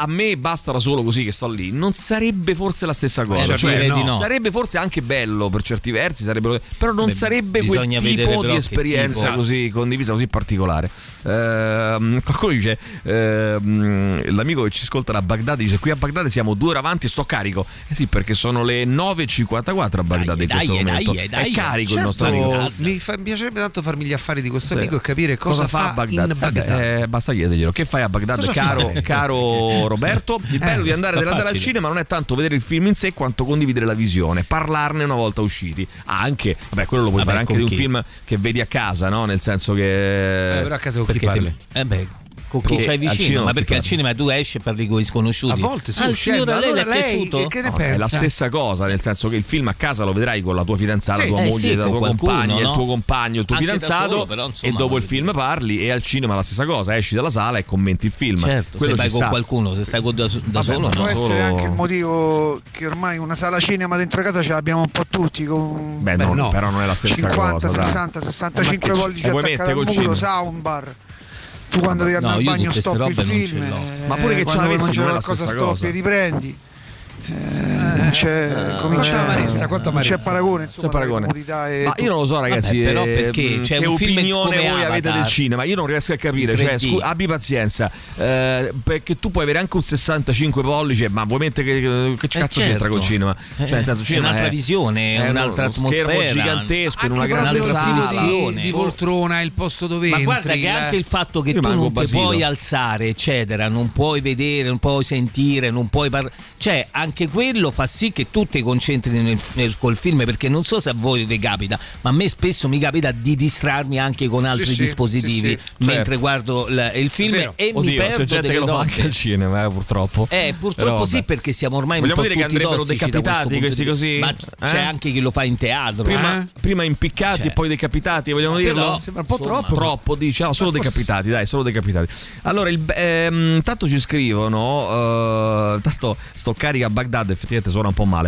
a me basta da solo così che sto lì, non sarebbe forse la stessa cosa, eh, cioè, no. No. sarebbe forse anche bello per certi versi, sarebbe, però non Beh, sarebbe quel tipo di esperienza tipo. così condivisa, così particolare. Ehm, qualcuno dice ehm, l'amico che ci ascolta da Baghdad dice: qui a Baghdad siamo due ore avanti e sto carico. Eh sì, perché sono le nove e cinquantaquattro a Baghdad in questo dai, momento. Dai, dai, è carico certo, il nostro amico. Mi, fa, mi piacerebbe tanto farmi gli affari di questo sì. amico e capire cosa, cosa fa a Baghdad. In Baghdad. Eh, eh, basta chiederglielo. Che fai a Baghdad, caro, caro Roberto? Il bello eh, di andare, andare al cinema non è tanto vedere il film in sé quanto condividere la visione, parlarne una volta usciti. Ah, anche, vabbè, quello lo puoi vabbè, fare anche di un chi? film che vedi a casa, no? Nel senso che eh, però a casa con chi parli? Te, eh beh, con chi c'hai vicino, cinema, ma perché al cinema tu esci e parli con gli sconosciuti. A volte sì, ah, signora, lei, allora, lei è piaciuto? Che ne no, pensa? È la stessa cosa, nel senso che il film a casa lo vedrai con la tua fidanzata, sì, tua eh, moglie, sì, la tua qualcuno, compagna, no? il tuo compagno, il tuo anche fidanzato solo, però, insomma, e dopo il film parli, e al cinema la stessa cosa, esci dalla sala e commenti il film. Certo, quello se vai con sta. qualcuno, se stai da, da Vabbè, solo può no. essere solo... anche il motivo che ormai una sala cinema dentro casa ce l'abbiamo un po' tutti con Beh, Beh no, no. però non è la stessa cinquanta, cosa. sessanta, sessantacinque pollici attaccati al muro, soundbar. Tu quando devi andare no, al bagno stoppi il film, eh, ma pure che ce l'avessi non non è la qualcosa stessa stoppi cosa. e riprendi. Eh, c'è, eh, comincia, amarezza, quanto amarezza. c'è paragone, insomma, C'è paragone. E ma io non lo so, ragazzi. Vabbè, però perché c'è che un film opinione come voi Avatar. avete del cinema? Io non riesco a capire. Cioè, scu- abbi pazienza, eh, perché tu puoi avere anche un sessantacinque pollici, ma vuoi mettere che, che cazzo eh, c'entra certo. col cinema? Eh, cioè, nel senso, è cinema un'altra è, visione, è un'altra uno atmosfera, schermo gigantesco in una anche grande proprio sala di, di poltrona, il posto dove ma entri. guarda che la... anche il fatto che Io tu non Basilo. ti puoi alzare, eccetera, non puoi vedere, non puoi sentire, non puoi parlare, cioè anche quello fa sì che tu ti concentri nel, nel, col film, perché non so se a voi vi capita, ma a me spesso mi capita di distrarmi anche con altri sì, dispositivi sì, sì, mentre certo. guardo il, il film e Oddio, mi perdo c'è gente delle che lo fa anche note. al cinema, eh, purtroppo. Eh, purtroppo Però, sì, perché siamo ormai vogliamo un po' dire che tutti andrebbero tossici da decapitati questo questi punto di- così? Ma c'è Eh? anche chi lo fa in teatro, Prima, eh? prima impiccati Cioè. e poi decapitati, vogliamo Però, dirlo? sembra un po' insomma, troppo. Troppo, dice, no, solo forse... decapitati, dai, solo decapitati. Allora, il, ehm, tanto ci scrivono, eh, tanto sto carica a Baghdad, effettivamente suona un po' male.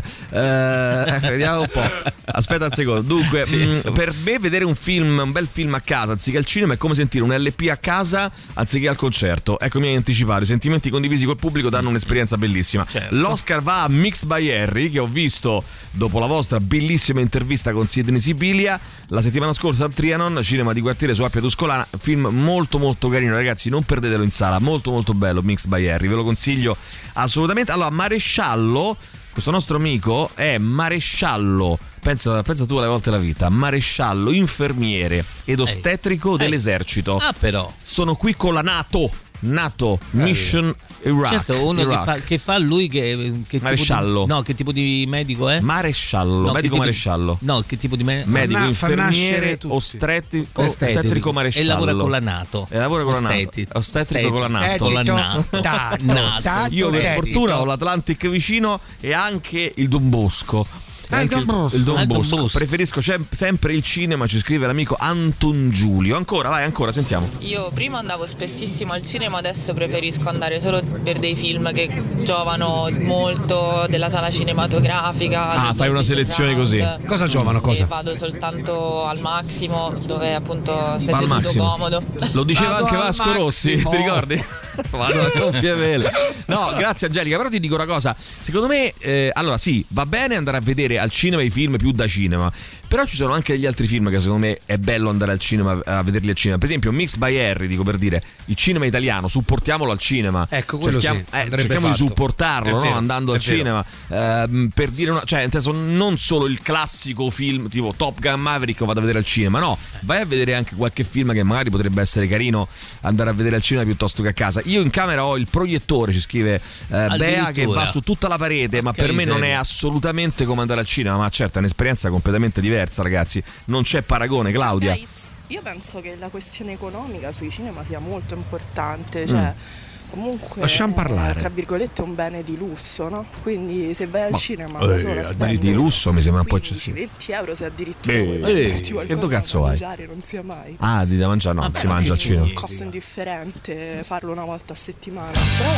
Eh, vediamo un po'. Aspetta un secondo. Dunque, Sì, mh, per me vedere un film, un bel film a casa anziché al cinema è come sentire un L P a casa anziché al concerto. Ecco, mi hai anticipato, i sentimenti condivisi col pubblico danno un'esperienza bellissima. Certo. L'Oscar va a Mixed by Harry, che ho visto dopo la vostra bellissima intervista con Sidney Sibilia la settimana scorsa a Trianon, cinema di quartiere su Appia Tuscolana. Film molto molto carino, ragazzi, non perdetelo in sala, molto molto bello Mixed by Harry, ve lo consiglio assolutamente. Allora, Maresciallo, questo nostro amico è maresciallo, pensa, pensa tu alle volte la vita, maresciallo, infermiere ed ostetrico Ehi. dell'esercito. Ah, però Sono qui con la NATO, NATO, Mission Iraq. certo, uno Iraq. che fa, che fa lui che, che Maresciallo. tipo di, no, che tipo di medico è? Maresciallo, No, che medico tipo- maresciallo. No, che tipo di me- Medico, Fa na- fa infermiere, nascere tutti. ostretti, Ostetico. ostetrico maresciallo. E lavora con la NATO. E lavora con la NATO. Osteti- Ostetrico con la NATO. Con la NATO. Tato, NATO. tato, Io per tato. fortuna ho l'Atlantic vicino e anche il Don Bosco. Ah, il Anche Don Bosco. il Don Ah, il Don Bosco. Bosco. Preferisco sem- sempre il cinema, ci scrive l'amico Anton Giulio. Ancora, vai, ancora, sentiamo. Io prima andavo spessissimo al cinema, adesso preferisco andare solo per dei film che giovano molto della sala cinematografica. Ah, degli fai una Office selezione Round. così. Cosa giovano, cosa? E vado soltanto al Maximo, dove appunto stai Al seduto Maximo. comodo. Lo diceva Vado anche al Vasco Rossi, Maximo. ti ricordi? Vado a gonfie vele. No, grazie Angelica, però ti dico una cosa. Secondo me, eh, allora sì, va bene andare a vedere al cinema i film più da cinema, però ci sono anche degli altri film che secondo me è bello andare al cinema a vederli al cinema. Per esempio Mixed by Harry, dico per dire, il cinema italiano, supportiamolo al cinema. Ecco, quello cerchiamo, sì, eh, andrebbe cerchiamo di fatto. supportarlo, È no? vero, Andando è al vero. cinema, ehm, per dire una, cioè nel senso non solo il classico film tipo Top Gun Maverick vado a vedere al cinema, no, vai a vedere anche qualche film che magari potrebbe essere carino andare a vedere al cinema piuttosto che a casa. Io in camera ho il proiettore, ci scrive eh, Bea, che va su tutta la parete, ma per me non è assolutamente come andare al cinema, ma certo è un'esperienza completamente diversa, ragazzi, non c'è paragone. Claudia? Io penso che la questione economica sui cinema sia molto importante, cioè Mm. comunque Lasciamo parlare. tra virgolette è un bene di lusso, no? Quindi se vai al Ma- cinema eh, da sola beni spendi di lusso mi sembra un po' quindici eccessivo. venti euro, se addirittura Eh, vuoi eh, prenderti che qualcosa cazzo da hai? mangiare non sia mai. Ah, di da mangiare no, Vabbè, si mangia al sì, cinema. un costo indifferente farlo una volta a settimana. Tra l'altro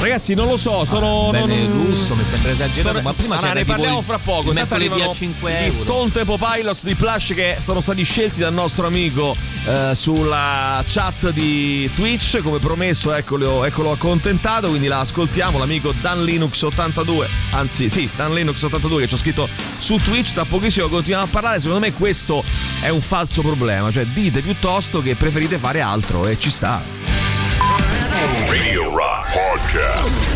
Ragazzi, non lo so, sono. Ah, bene, non... russo, mi sembra esagerato, ma prima allora, c'era ne parliamo il, fra poco. Intanto arrivano gli Stone Temple Pilots di Plush che sono stati scelti dal nostro amico eh, sulla chat di Twitch, come promesso, eccolo, eccolo accontentato, quindi la ascoltiamo, l'amico Dan Linux ottantadue, anzi sì, Dan Linux ottantadue che ci ha scritto su Twitch, tra pochissimo continuiamo a parlare. Secondo me questo è un falso problema, cioè dite piuttosto che preferite fare altro e ci sta. Radio Rock Podcast.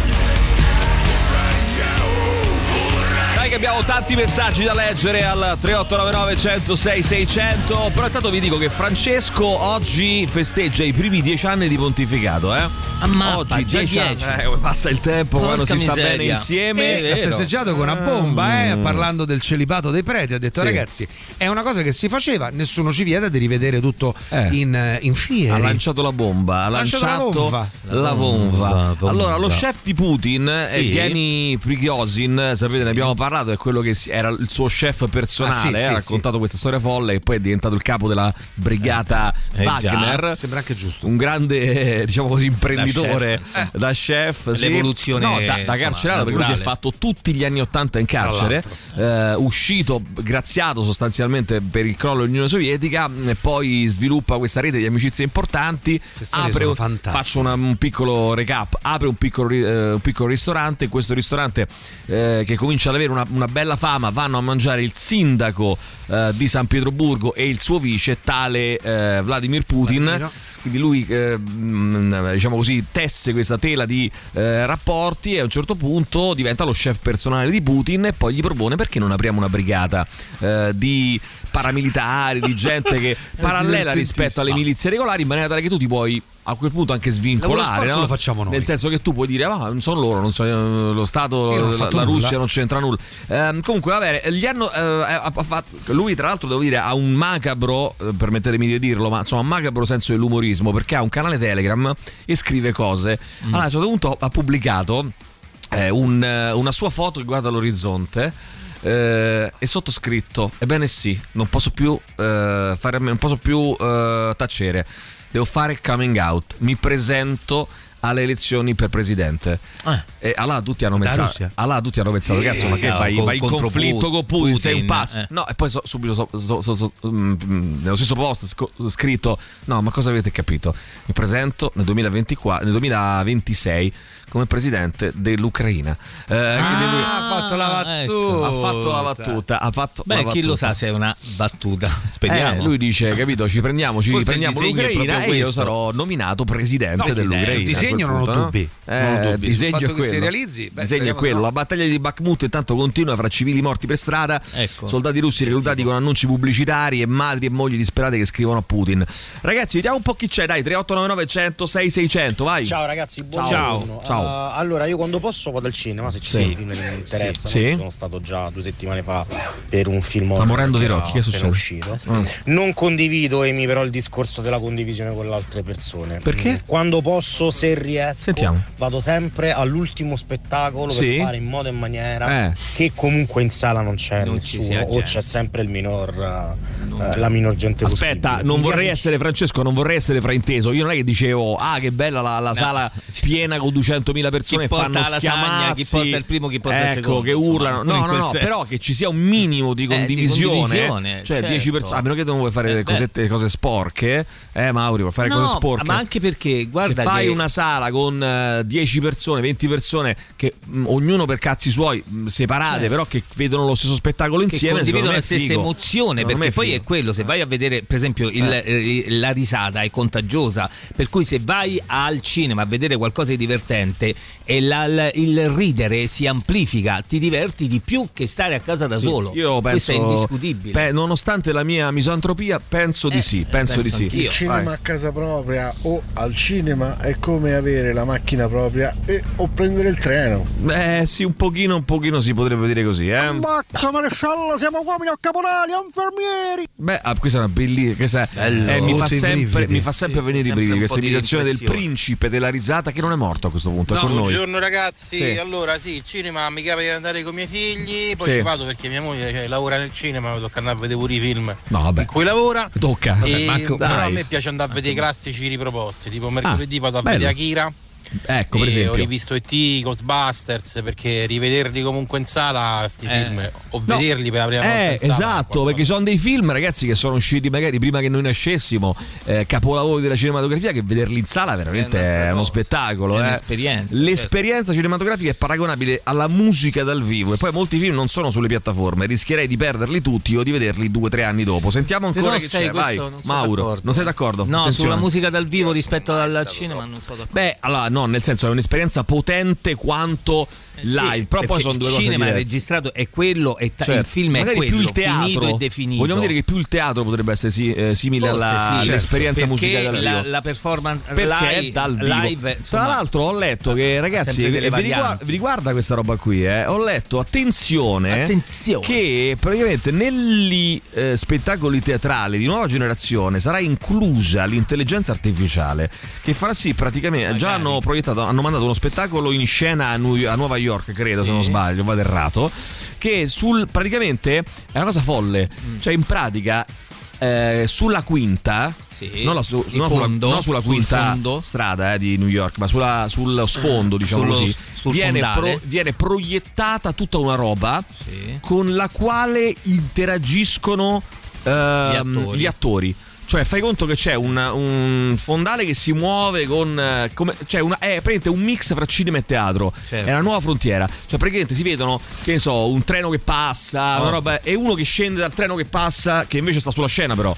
Dai che abbiamo tanti messaggi da leggere al tre otto nove nove uno zero sei seicento. Però intanto vi dico che Francesco oggi festeggia i primi dieci anni di pontificato, eh? Ammappa, oggi già dieci anni, eh, come passa il tempo. Porca quando si miseria. Sta bene insieme. E ha festeggiato con una bomba, eh, mm. parlando del celibato dei preti. Ha detto: sì, ragazzi, è una cosa che si faceva, nessuno ci vieta di rivedere tutto eh. in, in fieri. Ha lanciato la bomba, ha lanciato, lanciato la bomba. La bomba. La bomba. Allora, lo chef di Putin, sì, Evgeny Prigozhin, sapete, sì, ne abbiamo parlato, è quello che era il suo chef personale, ah, sì, eh, sì, ha raccontato sì. questa storia folle e poi è diventato il capo della brigata eh, Wagner. Eh, sembra anche giusto. Un grande, diciamo così, imprenditore da chef, da chef sì. L'evoluzione no, da, da carcerato, perché lui si è fatto tutti gli anni ottanta in carcere, eh, uscito graziato sostanzialmente per il crollo dell'Unione Sovietica, e poi sviluppa questa rete di amicizie importanti. Apre un, faccio una, un piccolo recap, apre un piccolo, eh, un piccolo ristorante. In questo ristorante eh, che comincia ad avere una, una bella fama, vanno a mangiare il sindaco eh, di San Pietroburgo e il suo vice, tale eh, Vladimir Putin. Vladimiro. Quindi lui eh, diciamo così tesse questa tela di eh, rapporti e a un certo punto diventa lo chef personale di Putin e poi gli propone: perché non apriamo una brigata eh, di paramilitari, di gente che parallela rispetto alle milizie regolari, in maniera tale che tu ti puoi a quel punto anche svincolare, no? Lo facciamo noi. Nel senso che tu puoi dire: ah, non sono loro, non so, lo Stato, la, la Russia non c'entra nulla. Eh, comunque, vabbè, gli hanno eh, ha fatto, lui tra l'altro devo dire ha un macabro, eh, permettetemi di dirlo, ma insomma un macabro senso dell'umorismo, perché ha un canale Telegram e scrive cose. Mm. Allora a un certo punto ha pubblicato eh, un, una sua foto che guarda l'orizzonte. Eh, e sottoscritto: ebbene sì, non posso più eh, fare, non posso più eh, tacere, devo fare coming out, mi presento alle elezioni per presidente. Eh. E allora tutti hanno pensato, allora tutti hanno pensato, cazzo, eh, ma che vai, vai in conflitto con Putin, Putin, sei un pazzo. Eh. No, e poi so, subito so, so, so, so, um, nello stesso post sc- scritto: no, ma cosa avete capito? Mi presento nel duemilaventiquattro, nel duemilaventisei come presidente dell'Ucraina. Eh, ah, lui ha fatto la battuta. Ecco, ha fatto la battuta. Ha fatto Beh, la chi battuta. lo sa se è una battuta. Speriamo. Eh, lui dice, capito, ci prendiamo, ci prendiamo l'Ucraina e io sarò nominato presidente no, dell'Ucraina. Il disegno non ho dubbi. Eh, non ho dubbi. Il disegno il fatto è che quello. si realizzi, beh, disegno è quello. No. La battaglia di Bakhmut intanto continua fra civili morti per strada, ecco. Soldati russi reclutati con annunci pubblicitari e madri e mogli disperate che scrivono a Putin. Ragazzi, vediamo un po' chi c'è, dai, tre otto nove nove uno zero sei seicento, vai. Ciao ragazzi, buongiorno. Ciao. Ciao. Uh, allora, io quando posso vado al cinema, se ci sono sì. film che mi interessano. Sì. Sono stato già due settimane fa per un film Sta morendo di Rocky, che è successo? Uscito. Mm. Non condivido, Emi, però il discorso della condivisione con le altre persone. Perché? Quando posso, se riesco, Sentiamo. vado sempre all'ultimo spettacolo sì. per fare in modo e maniera eh. che comunque in sala non c'è non nessuno o c'è sempre il minor uh, la minor gente Aspetta, possibile. non Mi vorrei piace... essere Francesco, non vorrei essere frainteso. Io non è che dicevo ah che bella la, la no. sala piena con duecentomila persone che fanno schiamazzi, chi porta il primo, chi porta ecco, il secondo, che urlano. Insomma, no, no, no, senso. però che ci sia un minimo di condivisione, eh, di condivisione cioè certo. dieci persone, a meno che tu non vuoi fare eh, cosette, cose sporche, eh Mauri, vuoi fare no, cose sporche. Ma anche perché guarda, se fai che... una sala con uh, dieci persone, venti persone che mh, ognuno per cazzi suoi mh, separate, certo. però che vedono lo stesso spettacolo insieme, che condividono la stessa figo. emozione, secondo perché poi è quello, se vai a vedere per esempio il, eh. Eh, la risata è contagiosa, per cui se vai al cinema a vedere qualcosa di divertente e la, la, il ridere si amplifica, ti diverti di più che stare a casa da sì, solo. Io penso, questo è indiscutibile. Beh, nonostante la mia misantropia, penso eh, di sì, penso, penso di sì. Il cinema vai. A casa propria o al cinema è come avere la macchina propria e o prendere il treno. Eh sì, un pochino, un pochino si potrebbe dire così, eh. Ammazza maresciallo, siamo uomini a caporali, infermieri. Beh, ah, questa è una bellissima, questa è, eh, mi, fa sempre, mi fa sempre sì, venire sì, i brividi questa imitazione del principe della risata che non è morto a questo punto, no, è con noi. Buongiorno ragazzi, sì. allora sì, il cinema mi capita di andare con i miei figli, poi sì. ci vado perché mia moglie cioè, lavora nel cinema, mi tocca andare a vedere pure i film no, vabbè. in cui lavora. Tocca. E, vabbè, però a me piace andare a vedere i classici riproposti, tipo mercoledì ah, vado a bello. vedere Akira. Ecco, per esempio. Ho rivisto E T, Ghostbusters, perché rivederli comunque in sala questi Eh. film o No. vederli per la prima volta Eh, in sala, esatto, qualcosa. perché sono dei film, ragazzi, che sono usciti magari prima che noi nascessimo, eh, capolavori della cinematografia, che vederli in sala veramente è, è uno spettacolo. È eh. un'esperienza, L'esperienza cinematografica è paragonabile alla musica dal vivo, e poi molti film non sono sulle piattaforme, rischierei di perderli tutti o di vederli due o tre anni dopo. Sentiamo ancora Però che sai, c'è, vai. questo non sono Mauro, d'accordo. non sei d'accordo? No, Attenzione. sulla musica dal vivo rispetto al cinema non sono d'accordo. Beh, allora no, nel senso è un'esperienza potente quanto live, però poi sono due il cose cinema è diverse. registrato è quello e ta- Certo. il film è Magari quello, più il teatro, finito e definito. vogliamo dire che più il teatro potrebbe essere sì, eh, simile Forse alla, sì, certo. all'esperienza Perché musicale dal la, vivo. la performance Perché live, è dal vivo. live, insomma, Tra l'altro ho letto che, ragazzi, sempre delle vi riguarda, varianti. vi riguarda questa roba qui, eh? Ho letto, attenzione, Attenzione. che praticamente negli eh, spettacoli teatrali di nuova generazione sarà inclusa l'intelligenza artificiale, che farà sì praticamente, già hanno proiettato, hanno mandato uno spettacolo in scena a, New- a Nuova York, credo, Sì. se non sbaglio, vado errato, che sul praticamente è una cosa folle, Mm. cioè in pratica eh, sulla quinta, Sì, non, la su- il non sulla, fondo, non sulla sul quinta fondo. strada eh, di New York, ma sulla, sullo sfondo, diciamo Sullo- così, sul viene, fondale. pro- viene proiettata tutta una roba Sì. con la quale interagiscono ehm, attori. gli attori. Cioè fai conto che c'è un, un fondale che si muove con eh, come, cioè una, è praticamente un mix fra cinema e teatro. Certo. È una nuova frontiera. Cioè praticamente si vedono, che ne so, un treno che passa, Oh. una roba, e uno che scende dal treno che passa, che invece sta sulla scena però.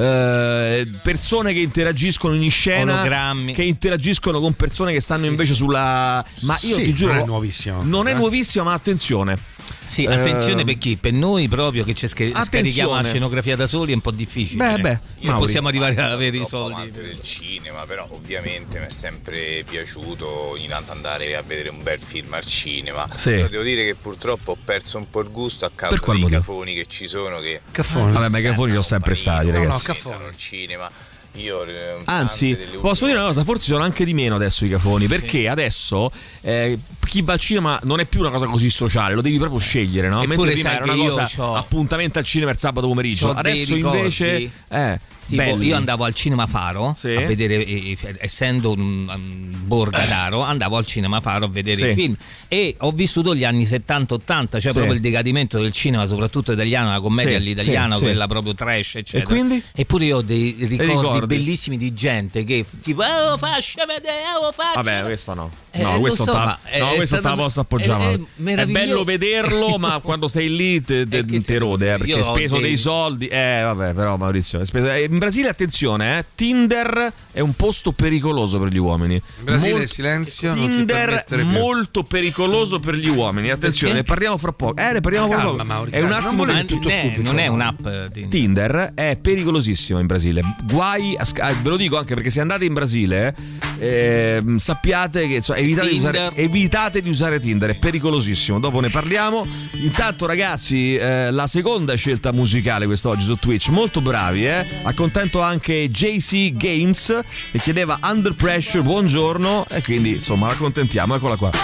Eh, persone che interagiscono in scena, Ologrammi. che interagiscono con persone che stanno invece sulla. Ma io Sì, ti giuro, non è nuovissima. non è Eh? nuovissima, ma attenzione. Sì, attenzione, Eh, perché per noi proprio che ci scher- attenzione. scarichiamo la scenografia da soli è un po' difficile. Beh, beh, non Mauri. possiamo arrivare ad avere i Troppo soldi. amante del cinema, però ovviamente mi è sempre piaciuto ogni tanto andare a vedere un bel film al cinema. Sì. Però devo dire che purtroppo ho perso un po' il gusto a causa quale dei motivo? cafoni che ci sono, che Caffoni. Vabbè, ma i cafoni li ho sempre stati, no, ragazzi. no, cafoni al cinema. Io eh, Anzi, tante delle posso dire una cosa, forse sono anche di meno adesso i cafoni, perché adesso eh, chi va al cinema non è più una cosa così sociale, lo devi proprio scegliere, no? Eppure Mentre prima sai era che una io cosa c'ho- appuntamento al cinema il sabato pomeriggio, c'ho dei adesso ricordi. invece eh, Tipo, belli. io andavo al Cinema Faro Sì. a vedere, eh, eh, essendo un, un borgataro, andavo al Cinema Faro a vedere Sì. i film e ho vissuto gli anni settanta ottanta, cioè Sì. proprio il decadimento del cinema, soprattutto italiano, la commedia Sì, all'italiano, sì, sì. quella proprio trash, eccetera. E quindi? Eppure io ho dei ricordi, ricordi? bellissimi di gente che tipo, eh, lo faccia vedere, eh, lo faccia. Vabbè, questo no. Eh, No, lo questo so, ta- ma è- no, è questo te stato- la posso appoggiare. è- è È, meraviglioso. bello vederlo, ma quando sei lì te, te, È che te rode, eh, perché io hai ho speso dei- dei soldi. Eh, vabbè, però Maurizio, hai speso- eh, in Brasile attenzione, eh, Tinder è un posto pericoloso per gli uomini. In Brasile Molt- silenzio, non ti Tinder permettere più. molto pericoloso per gli uomini. Attenzione, ne parliamo fra poco. Eh, ne parliamo fra Calma, poco. Mauri, È un calma, non attimo volevi di- tutto non è, subito. non è un'app eh, Tinder. Tinder è pericolosissimo in Brasile. Guai, a sc- ah, ve lo dico anche perché se andate in Brasile, eh, sappiate che insomma, evitate, di usare, Tinder. evitate di usare Tinder, è pericolosissimo. Dopo ne parliamo. Intanto, ragazzi, eh, la seconda scelta musicale quest'oggi su Twitch, molto bravi, eh. Accontento anche J C Games che chiedeva Under Pressure, buongiorno, e quindi insomma la accontentiamo, eccola qua.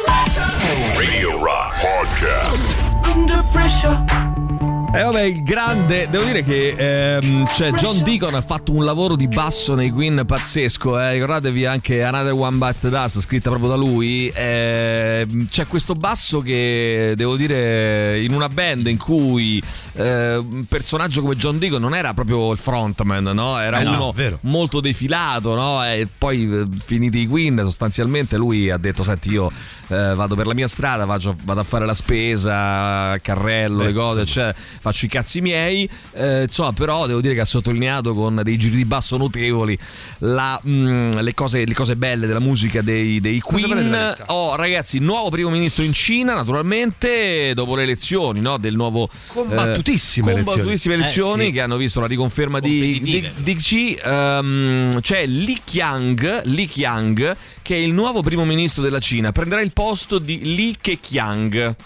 Radio Rock Podcast. Under pressure. E vabbè, il grande, devo dire che ehm, cioè John Deacon ha fatto un lavoro di basso nei Queen pazzesco, eh. Ricordatevi anche Another One Bites the Dust, scritta proprio da lui. Eh, c'è questo basso che, devo dire, in una band in cui eh, un personaggio come John Deacon non era proprio il frontman, no? Era Eh no, uno vero. molto defilato, no? E poi eh, finiti i Queen, sostanzialmente lui ha detto: senti, io eh, vado per la mia strada, vado, vado a fare la spesa, carrello, Beh, le cose, cioè faccio i cazzi miei, eh, insomma, però devo dire che ha sottolineato con dei giri di basso notevoli la, mh, le, cose, le cose belle della musica dei, dei Cose belle Queen. della vita. Oh, ragazzi, nuovo primo ministro in Cina, naturalmente, dopo le elezioni, no, del nuovo Combattutissime eh, elezioni. combattutissime elezioni Eh, sì. che hanno visto la riconferma di, di, Competitive. di Xi. Ehm, c'è Li Qiang, Li Qiang, che è il nuovo primo ministro della Cina, prenderà il posto di Li Keqiang.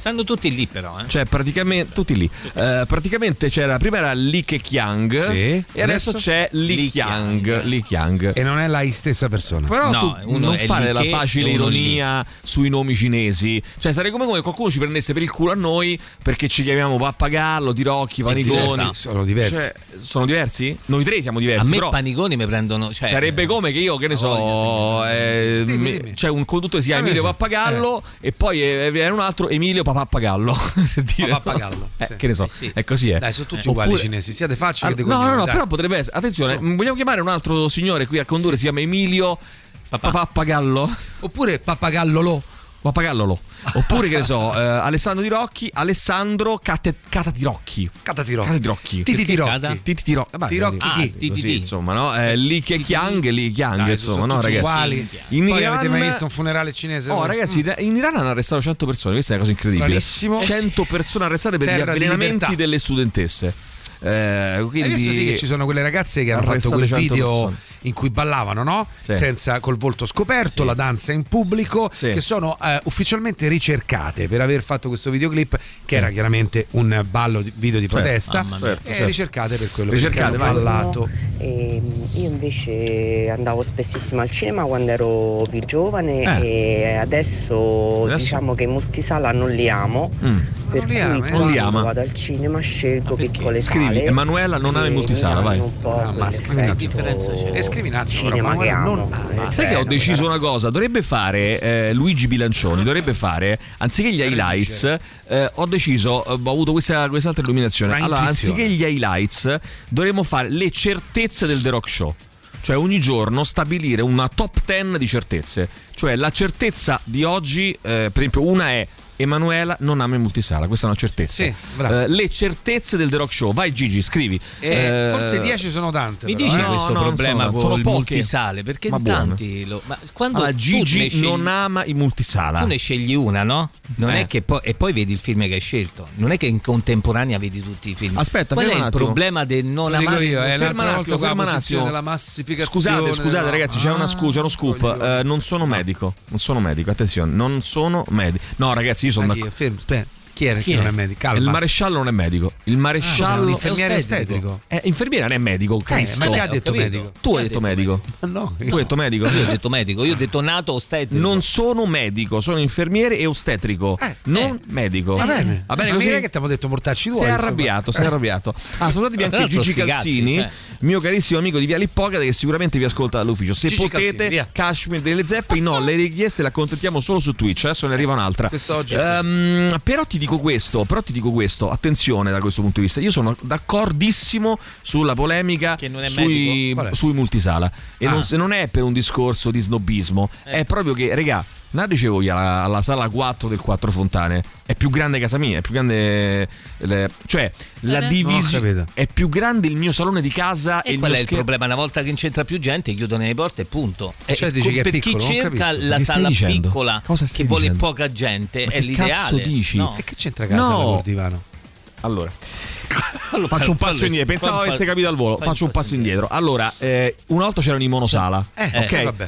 Stanno tutti lì però, eh. Cioè praticamente tutti lì. Uh, praticamente c'era prima era Li Keqiang sì. e adesso, adesso c'è Li Qiang, Li Qiang. E non è la stessa persona. Però no, tu non fare la facile ironia lì. sui nomi cinesi. Cioè sarei come come qualcuno ci prendesse per il culo a noi perché ci chiamiamo Pappagallo, Tirocchi, Paniconi. Sì, sono diversi. Cioè, sono diversi? Noi tre siamo diversi. A me però Paniconi mi prendono. Cioè, sarebbe come che io, che ne so, eh, dimmi, dimmi. C'è un conduttore che si chiama Emilio Pappagallo eh. e poi è un altro Emilio Pappagallo. Pappagallo. Eh, sì. che ne so, eh sì. è così. Eh. Dai, sono tutti eh. uguali Oppure, cinesi, siate facili ah, che no, no, no, dai. però potrebbe essere. Attenzione, so. vogliamo chiamare un altro signore qui a condurre, sì. Si chiama Emilio Papà. Pappagallo. Oppure Pappagallolo. Pappagallolo. Oppure che ne so, eh, Alessandro Tirocchi, Alessandro Cate, Cata Tirocchi. Cata Tirocchi. Cata Tirocchi. Titi Tirocchi. Titi Tirocchi. Eh, Tirocchi ah, chi? Titi così, insomma, no? Eh, Li Keqiang, Li Qiang, insomma, no, ragazzi. Uguali. In Poi Iran... avete mai visto un funerale cinese? Oh, ragazzi, in Iran hanno arrestato cento persone, questa è una cosa incredibile. Bravissimo. cento persone arrestate per Terra gli avvelenamenti delle studentesse. Eh, quindi hai visto sì che ci sono quelle ragazze che hanno fatto quel video persone. in cui ballavano, no? Sì. Senza col volto scoperto, sì. La danza in pubblico, sì. Che sono eh, ufficialmente ricercate per aver fatto questo videoclip che era chiaramente un ballo di, video di protesta, certo, certo, e certo. ricercate per quello ricercate, che hanno ballato. E io invece andavo spessissimo al cinema quando ero più giovane eh. e adesso, adesso diciamo che in multisala non li amo, mm. per non cui ama, eh? quando li ama. vado al cinema scelgo piccole scrivi sale. Emanuela non ama in multisala, vai. Un po' ah, ma scrivi che differenza c'è? E scrivi un attimo, cinema che amo. Non... Ah, sai che ho deciso una cosa, dovrebbe fare eh, Luigi Bilancioni, dovrebbe fare anziché gli highlights, eh, ho deciso, ho avuto questa quest'altra illuminazione. Allora, anziché gli highlights, dovremmo fare le certezze del The Rock Show. Cioè ogni giorno stabilire una top dieci di certezze. Cioè la certezza di oggi, eh, per esempio una è Emanuela non ama in multisala, questa è una certezza. Sì, uh, le certezze del The Rock Show. Vai Gigi, scrivi. Eh, uh, forse dieci sono tante. Mi però, dici eh? questo no, problema sono, con sono il poche. multisale? Perché ma tanti lo, ma quando allora, Gigi scegli, non ama in multisala. Tu ne scegli una, no? Non eh. è che poi e poi vedi il film che hai scelto. Non è che in contemporanea vedi tutti i film. Aspetta, qual è il attimo. problema del non Lo dico amare? io, è ferma un attimo, ferma un attimo. Della massificazione. Scusate, scusate no. ragazzi, c'è una scu- c'è uno scoop. Uh, non sono medico. Non sono medico, attenzione, non sono medico. No, ragazzi, io sono d'accordo. Fermo, aspetta. Chi era Chi che è? non è medico? Calma. Il maresciallo non è medico. Il maresciallo ah, è un infermiere è ostetrico. Eh, infermiere non è medico. Cristo. Eh, ma chi ha detto capito. medico? Tu hai detto medico. Ma no, Tu hai detto medico. Io ho detto medico, io ho detto nato ostetrico. Non sono medico, sono infermiere e ostetrico. Eh, non eh. medico. Va bene. Va bene ma così. non è che ti avevo detto mortacci tuoi. Si è insomma. arrabbiato, si è arrabbiato. Ah, salutatevi anche Tra l'altro Gigi sti cazzi, Calzini, cioè. mio carissimo amico di Viale Ippocrate, che sicuramente vi ascolta dall'ufficio. Se Gigi potete, Calzini, via. Kashmir delle Zeppe. No, le richieste le accontentiamo solo su Twitch. Adesso ne arriva un'altra. Quest'oggi. Um, però ti dico questo, però ti dico questo, attenzione da questo punto di vista. Io sono d'accordissimo sulla polemica Che non è sui, sui multisala. E Ah. non, se non è per un discorso di snobismo, Eh. è proprio che, regà, no, dicevo io alla, alla sala quattro del Quattro Fontane è più grande casa mia, è più grande le, cioè la Eh, divisione è più grande il mio salone di casa e, E il qual mio è il schermo. problema? Una volta che c'entra più gente chiudono le porte e punto. E Cioè, dici che è per piccolo, chi non cerca capisco. la Che stai sala dicendo? piccola Cosa stai che vuole dicendo? poca gente Ma è che l'ideale. cazzo dici? No. E che c'entra casa No. col divano? Allora Fallo- faccio un passo fallo- indietro, pensavo fallo- aveste capito al volo. fai Faccio un passo indietro. Allora, eh, una volta c'erano i monosala, Eh, ok? eh, vabbè.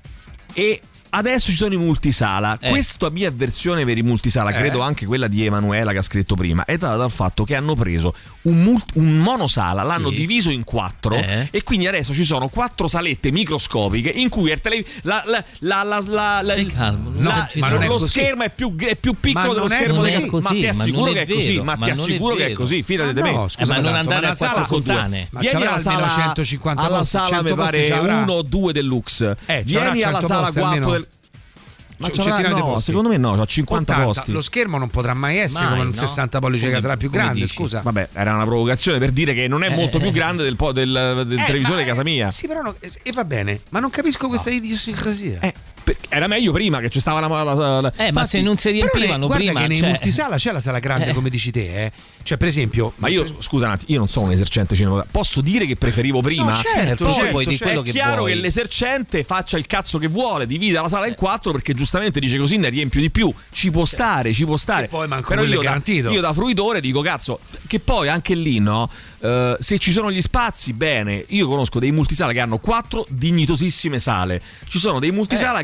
E adesso ci sono i multisala. Eh. Questa mia avversione per i multisala, Eh. credo anche quella di Emanuela che ha scritto prima, è data dal fatto che hanno preso un, mult- un monosala, l'hanno Sì. diviso in quattro Eh. e quindi adesso ci sono quattro salette microscopiche in cui il tele- la, la, la, la, la, la- Stai calmo, non la- è ma così. lo così. schermo è più, è più piccolo Ma dello non è schermo così. dei- Così, ma ti ma assicuro non che è è così, vero, ma ma ti non è assicuro che è vero. così, fidati Ah, di me. no, scusa, ma non tanto, andare una a sala Quattro con due. Fontane. Ma Vieni ci avrà alla almeno sala, centocinquanta alla posti, sala cento mi posti pare ci avrà. uno o due deluxe. Eh, ci avrà Vieni alla cento sala posti quattro almeno. del Ma C'è un c'avrà- centinaio di no, posti. secondo me no, c'ha cinquanta ottanta. posti. Lo schermo non potrà mai essere Mai, come un no? sessanta pollici Come- che sarà più come grande, dici? scusa. Vabbè, era una provocazione per dire che non è Eh, molto più eh. grande del, po- del, del Eh, televisore ma- di casa mia. Sì, però no, e va bene, ma non capisco questa idiosincrasia. Eh, per- era meglio prima che ci stava la, la, la- la- Eh, ma se non si Però riempivano guarda prima, che nei cioè- multisala c'è la sala grande, Eh. come dici te, eh. Cioè, per esempio, Ma io, scusa un attimo, io non sono un esercente cinematografico. Posso dire che preferivo prima? No, certo, Poi certo, puoi dire cioè, quello è che chiaro vuoi. che l'esercente faccia il cazzo che vuole, divida la sala in quattro perché giustamente dice così ne riempio di più. Ci può stare, ci può stare. E poi manco Però quello io è da, garantito. io da fruitore dico cazzo, che poi anche lì, no? Eh, se ci sono gli spazi, bene. Io conosco dei multisala che hanno quattro dignitosissime sale. Ci sono dei multisala Eh. che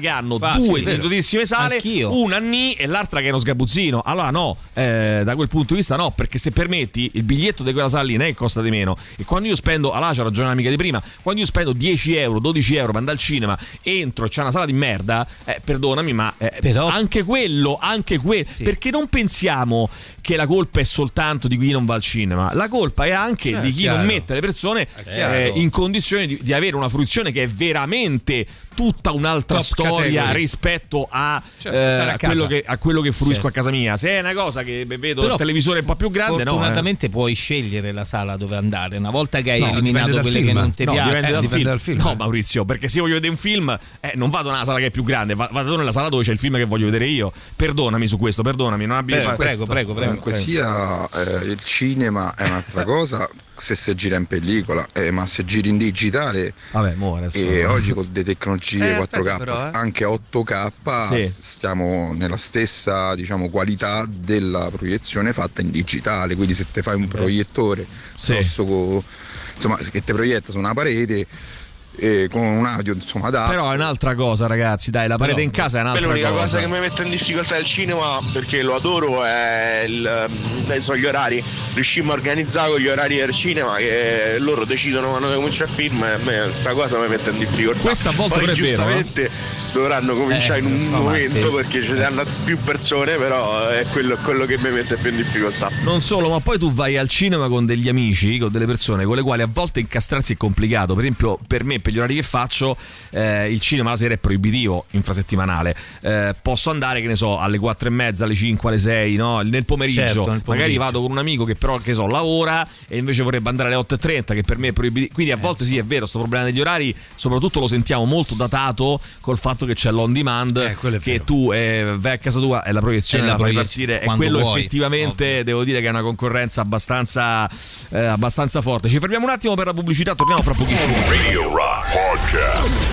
hanno Infatti, due sì, dignitosissime sale, Anch'io. una nì e l'altra che è uno sgabuzzino. Allora no, eh, da quel punto di vista no, perché se permetti il biglietto di quella sala lì non è che costa di meno, e quando io spendo, allora c'ha ragione l'amica di prima, quando io spendo dieci euro, dodici euro per andare al cinema, entro e c'è una sala di merda, eh, perdonami, ma eh, Però, anche quello, anche quello, sì. perché non pensiamo che la colpa è soltanto di chi non va al cinema, la colpa è anche Cioè, di chi chiaro. non mette le persone chiaro. eh, in condizione di, di avere una fruizione che è veramente tutta un'altra Top storia category. rispetto a, Cioè, eh, stare a a, casa. quello che, a quello che fruisco Certo. a casa mia. Se è una cosa che vedo Però il televisore un po' più grande, no, eh. fortunatamente puoi scegliere la sala dove andare una volta che hai No, eliminato dipende dal quelle film. che non ti No, piacciono. dipende, Eh, dal, dipende film. dal film. No, Maurizio, perché se io voglio vedere un film, eh, non vado nella sala che è più grande, va- vado nella sala dove c'è il film che voglio vedere io. Perdonami su questo, perdonami, non abbia Prego, prego, prego, prego. Comunque sia, eh, il cinema è un'altra cosa se si gira in pellicola, eh, ma se giri in digitale, vabbè, mo adesso e oggi con le tecnologie Eh, quattro K, aspetta però, eh. anche otto K, Sì. s- stiamo nella stessa, diciamo, qualità della proiezione fatta in digitale. Quindi se te fai un proiettore Sì. grosso co- insomma, che te proietta su una parete, eh, con un audio insomma adatto. Però è un'altra cosa, ragazzi, dai, la parete Però- in casa è un'altra L'unica cosa. cosa che mi mette in difficoltà del cinema, perché lo adoro, è il, eh, sono gli orari. Riuscimmo a organizzare con gli orari del cinema, che loro decidono quando comincia il film, e a me questa cosa mi mette in difficoltà. Questo a volte Poi però è vero, giustamente dovranno cominciare Eh, in un insomma, momento, sì. perché ce ne hanno più persone, però è quello, quello che mi mette più in difficoltà. Non solo, ma poi tu vai al cinema con degli amici, con delle persone con le quali a volte incastrarsi è complicato. Per esempio, per me, per gli orari che faccio, eh, il cinema la sera è proibitivo, infrasettimanale. Eh, posso andare, che ne so, alle quattro e mezza, alle cinque, alle sei, no? Nel pomeriggio. Certo, nel pomeriggio. Magari vado con un amico che però, che so, lavora e invece vorrebbe andare alle otto e trenta, che per me è proibitivo. Quindi a volte sì, è vero, sto problema degli orari, soprattutto lo sentiamo molto datato col fatto che c'è l'on demand, Eh, quello è che vero. tu eh, vai a casa tua e la proiezione E la la fai proiezione partire, e quando quello vuoi, effettivamente ovvio. devo dire che è una concorrenza abbastanza eh, abbastanza forte. Ci fermiamo un attimo per la pubblicità, torniamo fra pochissimo. Radio Rock Podcast.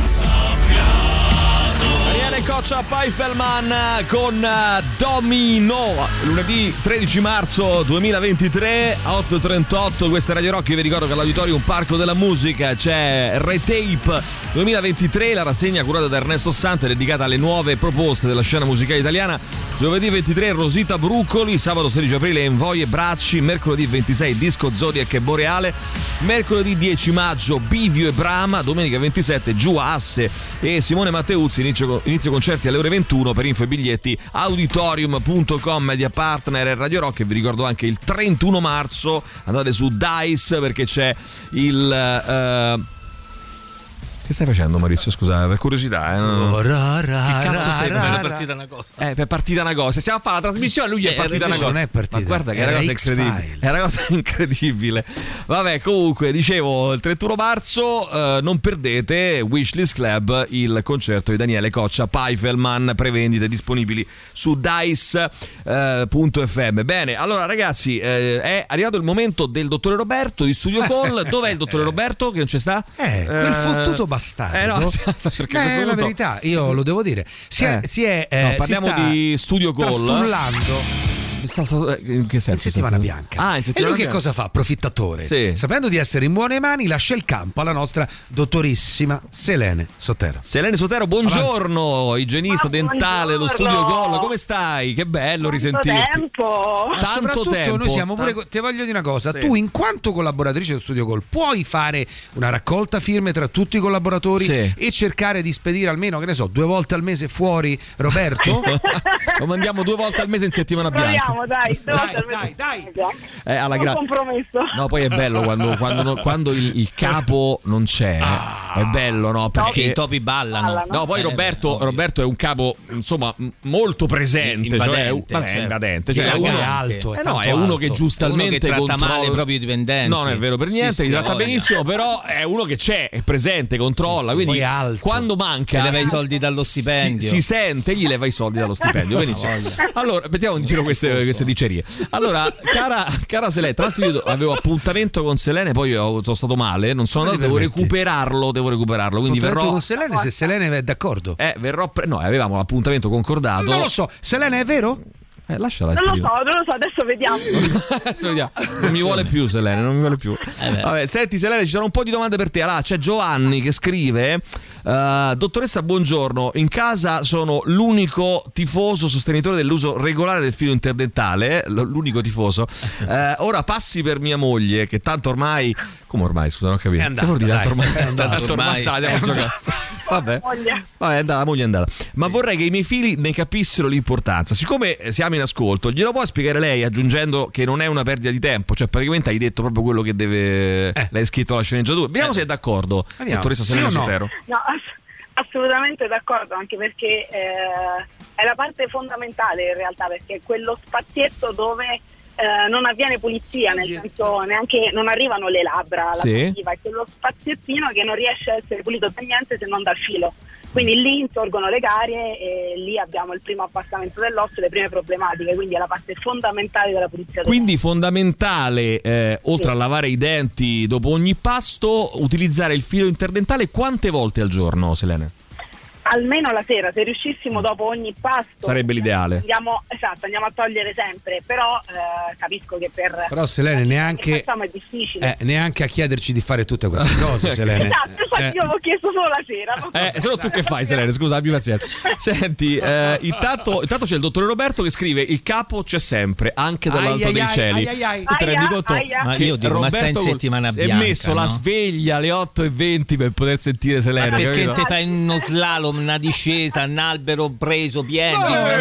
Daniele Coccia Pfeifferman con uh, Domino, lunedì tredici marzo duemilaventitré, otto e trentotto. Questa è Radio Rock. Io vi ricordo che all'Auditorium Parco della Musica c'è Retape duemilaventitré, la rassegna curata da Ernesto Sante dedicata alle nuove proposte della scena musicale italiana. Giovedì ventitré Rosita Bruccoli, sabato sedici aprile Envoy e Bracci, mercoledì ventisei Disco Zodiac e Boreale, mercoledì dieci maggio Bivio e Brama, domenica ventisette Giù Asse e Simone Matteuzzi. Inizio, inizio concerti alle ore ventuno. Per info e biglietti auditorium punto com, media partner e Radio Rock. E vi ricordo anche il trentuno marzo andate su Dice, perché c'è il... Uh, che stai facendo, Maurizio? Scusa, per curiosità, eh? No. Oh, ra, ra, Che cazzo ra, stai ra, facendo? ra. È partita una cosa. Eh, è partita una cosa. Stiamo a fare la trasmissione, lui gli è Eh, partita una non cosa. è partita. Ma guarda che è Era una cosa X-Files. incredibile. È una cosa incredibile. Vabbè, comunque, dicevo, il trentuno marzo eh, non perdete Wishlist Club, il concerto di Daniele Coccia Pfeifferman, prevendite disponibili su dice punto effe emme. Bene, allora ragazzi, eh, è arrivato il momento del dottore Roberto di Studio Call. Dov'è il dottore Roberto che non c'è sta? Eh, quel fottuto bastardo. Eh no, perché a Eh, questo la punto- verità, io lo devo dire. Si è, Eh. si è, eh, No, si parliamo sta di Studio Call. trastullando Sta- sta- In che senso? in settimana sta- bianca. Ah, in E settimana lui che bianca. cosa fa? Approfittatore. Sì. Sapendo di essere in buone mani, lascia il campo alla nostra dottorissima Selene Sotero. Selene Sotero, buongiorno, igienista Ma dentale dello buongiorno. Studio Call. Come stai? Che bello risentirti. tempo. Ma Tanto soprattutto tempo. noi siamo pure. Tan- Ti voglio dire una cosa: Sì. tu, in quanto collaboratrice dello Studio Call, puoi fare una raccolta firme tra tutti i collaboratori Sì. e cercare di spedire almeno, che ne so, due volte al mese fuori Roberto? Lo mandiamo due volte al mese in settimana bianca. Proviamo, dai. Dai, dai, dai. Eh, alla Un gra- compromesso. No, poi è bello quando, quando, quando il, il capo non c'è. È bello, no? Perché Perché i topi ballano. Ballano. No, poi Eh, Roberto, ovvio. Roberto è un capo, insomma, m- molto presente. Invadente, cioè, un- vabbè, certo. invadente. Cioè, è Dilagante. uno, È alto, è eh no, tanto è uno alto. che giustamente Uno che tratta controlla male i propri dipendenti. No, non è vero per Sì, niente, sì, li tratta voglia. benissimo, però è uno che c'è, è presente, controlla. Sì, sì, quindi poi è alto. quando manca Che leva i si- soldi dallo si, stipendio. si sente, gli leva i soldi dallo stipendio. Benissimo. Allora, mettiamo in giro queste, queste dicerie. Allora, cara, cara Selene, tra l'altro io avevo appuntamento con Selene, poi ho- sono stato male, non sono Come andato, ti devo permetti? recuperarlo, devo recuperarlo. Quindi Ho detto verrò. con Selene, se Selene è d'accordo. Eh, verrò pre- no, avevamo l'appuntamento concordato. Non lo so, Selene è vero? Eh, lasciala. Non lo so, non lo so, adesso vediamo. Adesso vediamo. Non mi vuole più Selene, non mi vuole più. Eh Vabbè, senti Selene, ci sono un po' di domande per te. Allora, c'è Giovanni che scrive: uh, dottoressa, buongiorno. In casa sono l'unico tifoso sostenitore dell'uso regolare del filo interdentale. L'unico tifoso. Uh, ora passi per mia moglie, che tanto ormai. Come ormai? Scusa, non ho capito. È andata, che vuol dire tanto ormai? È andata, tanto ormai. La andiamo a giocare. Vabbè. Vabbè, è andata, la moglie è andata. Ma vorrei che i miei figli ne capissero l'importanza. Siccome siamo in ascolto, glielo può spiegare lei aggiungendo che non è una perdita di tempo? Cioè, praticamente hai detto proprio quello che deve. Eh. L'hai scritto la sceneggiatura. Vediamo eh. se è d'accordo, Andiamo. dottoressa Selena sì Sotero. No, ass- assolutamente d'accordo, anche perché eh, è la parte fondamentale in realtà, perché è quello spazietto dove. Uh, non avviene pulizia, nel senso neanche non arrivano le labbra alla sì. saliva, è quello spaziettino che non riesce a essere pulito da niente se non dal filo. Quindi lì insorgono le carie e lì abbiamo il primo abbassamento dell'osso, le prime problematiche, quindi è la parte fondamentale della pulizia. Quindi fondamentale, eh, oltre sì. a lavare i denti dopo ogni pasto, utilizzare il filo interdentale quante volte al giorno, Selene? Almeno la sera, se riuscissimo dopo ogni pasto sarebbe l'ideale. Andiamo, esatto, andiamo a togliere sempre, però eh, capisco che per però Selene neanche è difficile. Eh, neanche a chiederci di fare tutte queste cose, Selene. Esatto, esatto eh. io avevo chiesto solo la sera. Non so. Eh, solo tu che fai, Selene, scusa, abbi pazienza. Senti, eh, intanto, intanto c'è il dottore Roberto che scrive: il capo c'è sempre, anche dall'alto ai, dei ai, cieli. Ai, ai, tu ti rendi conto ma io dico, ma stai in settimana bianca, è messo no? la sveglia alle otto e venti per poter sentire Selene. Ma perché capito? te fai uno slalom, una discesa, un albero preso pieno?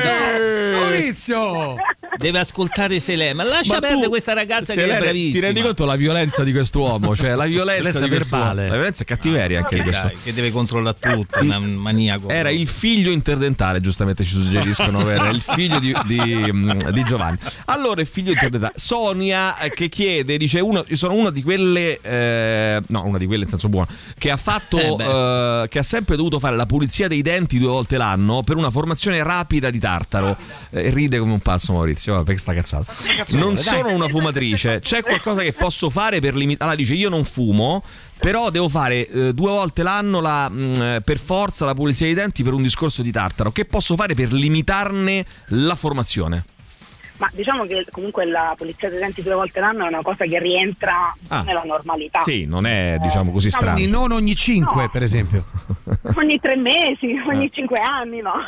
Eh, Maurizio deve ascoltare Selene, ma lascia ma perdere tu, questa ragazza Selene, che è bravissima. Ti rendi conto la violenza di quest'uomo? Cioè la violenza, violenza di verbale, la violenza e cattiveria anche ah, di questo. Dai, che deve controllare tutto, un maniaco. Era il figlio interdentale, giustamente ci suggeriscono, era il figlio di, di, di Giovanni. Allora il figlio interdentale. Sonia che chiede, dice: uno, io sono una di quelle eh, no, una di quelle in senso buono, che ha fatto eh eh, che ha sempre dovuto fare la pulizia dei denti due volte l'anno per una formazione rapida di tartaro. Eh, ride come un pazzo Maurizio, vabbè, perché sta cazzata. Non sono una fumatrice, c'è qualcosa che posso fare per limitare? Allora dice: io non fumo, però devo fare eh, due volte l'anno la, mh, per forza la pulizia dei denti per un discorso di tartaro. Che posso fare per limitarne la formazione? Ma diciamo che comunque la pulizia dei denti due volte l'anno è una cosa che rientra ah. nella normalità. Sì, non è diciamo così strano. Quindi non ogni cinque, no. per esempio. Ogni tre mesi, ogni cinque anni, no.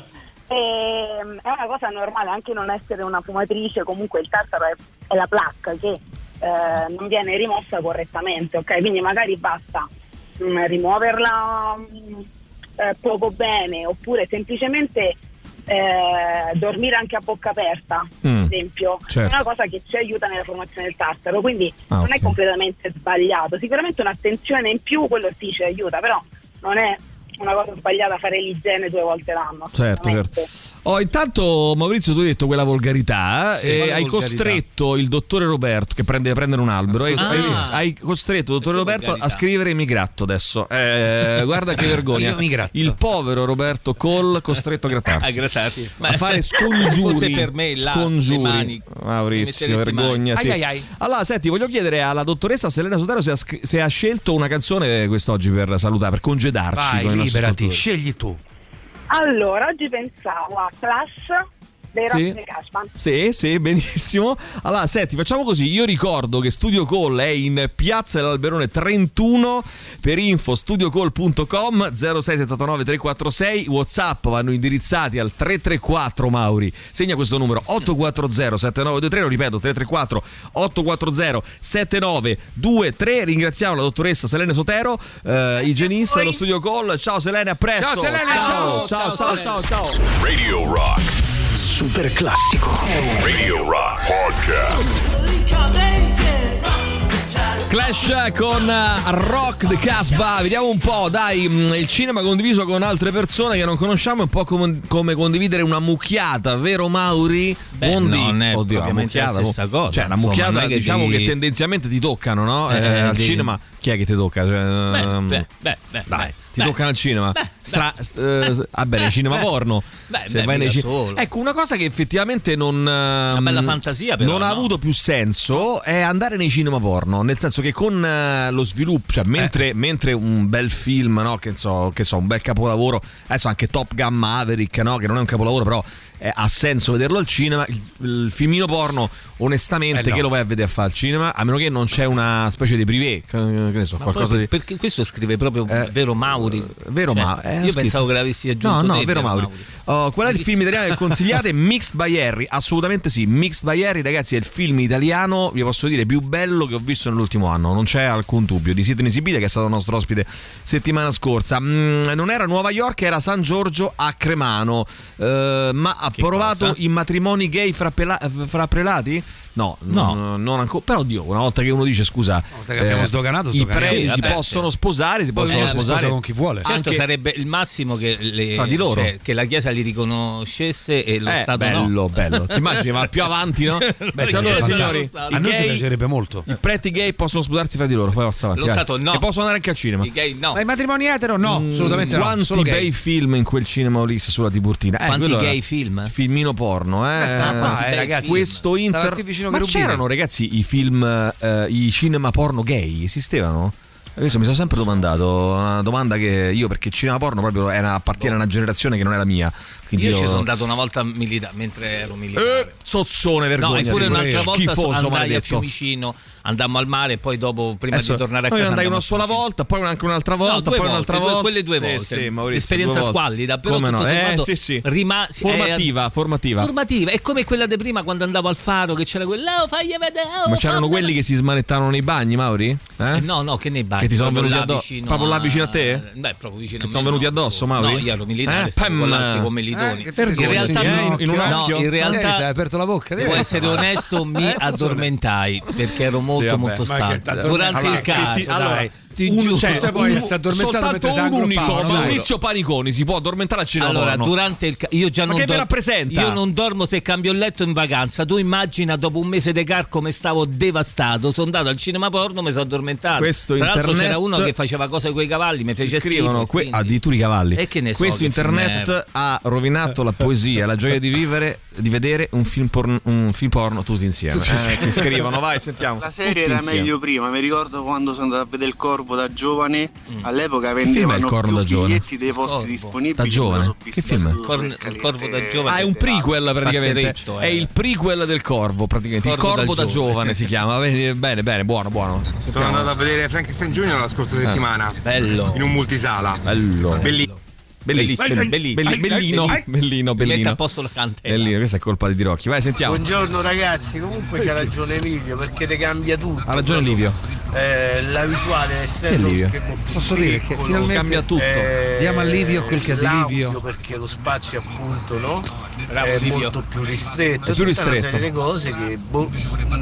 E, è una cosa normale anche non essere una fumatrice, comunque il tartaro è, è la placca che eh, non viene rimossa correttamente, ok? Quindi magari basta mh, rimuoverla mh, eh, poco bene, oppure semplicemente eh, dormire anche a bocca aperta, mm, ad esempio, certo. È una cosa che ci aiuta nella formazione del tartaro, quindi ah, non okay. è completamente sbagliato. Sicuramente un'attenzione in più, quello sì ci aiuta, però non è una cosa sbagliata fare l'igiene due volte l'anno. Certo, certo. Oh, intanto Maurizio, tu hai detto quella volgarità, sì, e hai volgarità. costretto il dottore Roberto che prende prendere un albero, ah, hai, ah. hai costretto il dottore Roberto volgarità. a scrivere mi gratto adesso. Eh, guarda che vergogna. Il povero Roberto Cole costretto a grattarsi. A grattarsi. A fare scongiuri. Fosse per me là, scongiuri. le mani. Maurizio, vergognati. Ai, ai, ai. Allora, senti, voglio chiedere alla dottoressa Selena Sotero se ha, se ha scelto una canzone quest'oggi per salutare, per congedarci. Vai, liberati, scegli tu. Allora, oggi pensavo a Clash dei Rock sì. the Casbah. Sì, sì, benissimo. Allora, senti, facciamo così. Io ricordo che Studio Call è in Piazza dell'Alberone trentuno. Per info studio call punto com, zero sei sette nove tre quattro sei. WhatsApp vanno indirizzati al tre tre quattro Mauri. Segna questo numero: otto quattro zero sette nove due tre. Lo ripeto, tre tre quattro otto quattro zero sette nove due tre. Ringraziamo la dottoressa Selene Sotero, eh, igienista dello Studio Call. Ciao Selene, a presto. Ciao Selene, ciao. Ciao, ciao, ciao, ciao, ciao. Radio Rock. Super classico. Radio Rock Podcast. Clash con Rock the Casbah. Vediamo un po', dai, il cinema condiviso con altre persone che non conosciamo è un po' come, come condividere una mucchiata, vero Mauri? Beh, Mondi. non è Oddio, la mucchiata, la stessa cosa. Cioè, una insomma, mucchiata che diciamo devi... che tendenzialmente ti toccano, no? Eh, Eh, al devi... cinema chi è che ti tocca? Cioè, beh, um... beh, beh, beh, dai, ti beh, toccano al cinema. Beh, Stra- st- eh, ah, bene, cinema beh, porno. Beh, Se beh, vai nei cin- cin- ecco, una cosa che effettivamente non una bella fantasia però, non ha no? avuto più senso è andare nei cinema porno, nel senso che con uh, lo sviluppo, cioè mentre, eh. mentre un bel film, no, che so, che so, un bel capolavoro, adesso anche Top Gun Maverick, no, che non è un capolavoro, però eh, ha senso vederlo al cinema. Il, il filmino porno, onestamente, eh no. che lo vai a vedere a fare al cinema, a meno che non c'è una specie di privé, che ne so, ma qualcosa poi, di... perché questo scrive proprio eh, vero Mauri. Vero cioè, Ma- eh, io pensavo che l'avessi aggiunto. No, no, te, vero Mauri. Mauri. Oh, qual è il film italiano che consigliate? Mixed by Harry, assolutamente sì. Mixed by Harry, ragazzi, è il film italiano, vi posso dire, più bello che ho visto nell'ultimo anno, non c'è alcun dubbio. Di Sidney Sibile, che è stato il nostro ospite settimana scorsa. Mm, non era Nuova York, era San Giorgio a Cremano. Uh, ma ha che provato cosa? I matrimoni gay fra, pela- fra prelati? No, no. Non, non ancora. Però Dio, una volta che uno dice scusa, che abbiamo eh, sdoganato, i preti sì, si vabbè, possono sposare, si possono eh, sposare con chi vuole. Certo, anche sarebbe il massimo che, le, fra di loro. Cioè, che la Chiesa li riconoscesse e lo eh, Stato bello, no. Bello, ti immagini, ma più avanti, no? Beh, se allora signori, a noi ci piacerebbe molto. I preti gay possono sposarsi fra di loro, fai avanti. Lo vai. Stato no. E possono andare anche al cinema. I gay no. Ma i matrimoni etero no, mm, assolutamente no. Quanti solo bei gay. film in quel cinema Ulisse sulla Tiburtina. Eh, Quanti gay era, film? Filmino porno, eh. Qua, eh ragazzi, questo inter... Ma c'erano, ragazzi, i film, eh, i cinema porno gay esistevano? Questo mi sono sempre domandato, una domanda che io, perché il cinema porno proprio era, appartiene a una generazione che non è la mia. Io, io ci sono andato una volta milita- mentre ero militare. Eh, sozzone, vergogna. No, eppure un'altra volta schifoso, andai maledetto. a Fiumicino, andammo al mare e poi dopo, prima Adesso, di tornare a casa, andai una sola volta, poi anche un'altra volta, no, poi volte, un'altra due, volta. Quelle due volte. Sì, sì, Maurizio, esperienza due squallida, però come tutto no? sommato eh, sì, sì. rimasi formativa, eh, formativa. Formativa, è come quella di prima quando andavo al faro che c'era quella, oh, fagli vedere. Oh, ma c'erano fammi... quelli che si smanettavano nei bagni, Mauri? Eh? Eh, no, no, che nei bagni. Che ti sono venuti addosso? Proprio là vicino a te? Beh, proprio vicino che a me. sono venuti no, addosso, Mauri? No, io ero militare, eh, stavo con altri commilitoni. Eh, in realtà no, in un no, in realtà hai aperto la bocca. Devo essere onesto, mi addormentai perché ero molto molto stanco. Durante il caso, allora, ti un, giuro, cioè, te poi un, si è addormentato mentre soltanto un unico Paolo, Maurizio Paniconi si può addormentare al cinema allora porno. Durante il ca- io già ma non che dor- mi rappresenta? Io non dormo se cambio il letto in vacanza. Tu immagina dopo un mese di car come stavo devastato. Sono andato al cinema porno, mi sono addormentato. Questo tra l'altro internet... c'era uno che faceva cose con i cavalli, mi fece scrivono schifo que- addirittura i cavalli. E che ne so, questo che internet ha rovinato la poesia, la gioia di vivere, di vedere un film porno, un film porno tutti insieme. Tutti eh, che scrivono, vai, sentiamo. La serie tutti era insieme. meglio prima, mi ricordo quando sono andato a vedere Il Corvo da giovane, mm. all'epoca che vendevano più più biglietti dei posti Corvo. disponibili. Da giovane? So che film è? Cor- il Corvo da giovane. Ah, è un prequel praticamente. Passereccio, è eh. il prequel del Corvo praticamente. Corvo il Corvo da, da giovane. giovane si chiama. Bene, bene, buono, buono. Sono Sentiamo. andato a vedere Frankenstein Junior la scorsa settimana. Eh. Bello. In un multisala. Bello. Bellissimo. Bellissimo, bellissimo, bellino, bellino, bellino. Mette a posto la cantella. Bellino, questa è colpa di Tirocchi. Vai, sentiamo. Buongiorno ragazzi, comunque c'ha ragione Livio perché te cambia tutto. Ha ragione Livio. Eh, la visuale essendo Livio. posso dire che finalmente cambia tutto. Eh, diamo a Livio quel che è di Livio, perché lo spazio appunto no Bravo, è Livio. molto più ristretto. È più ristretto. Tutta una serie di cose che boh,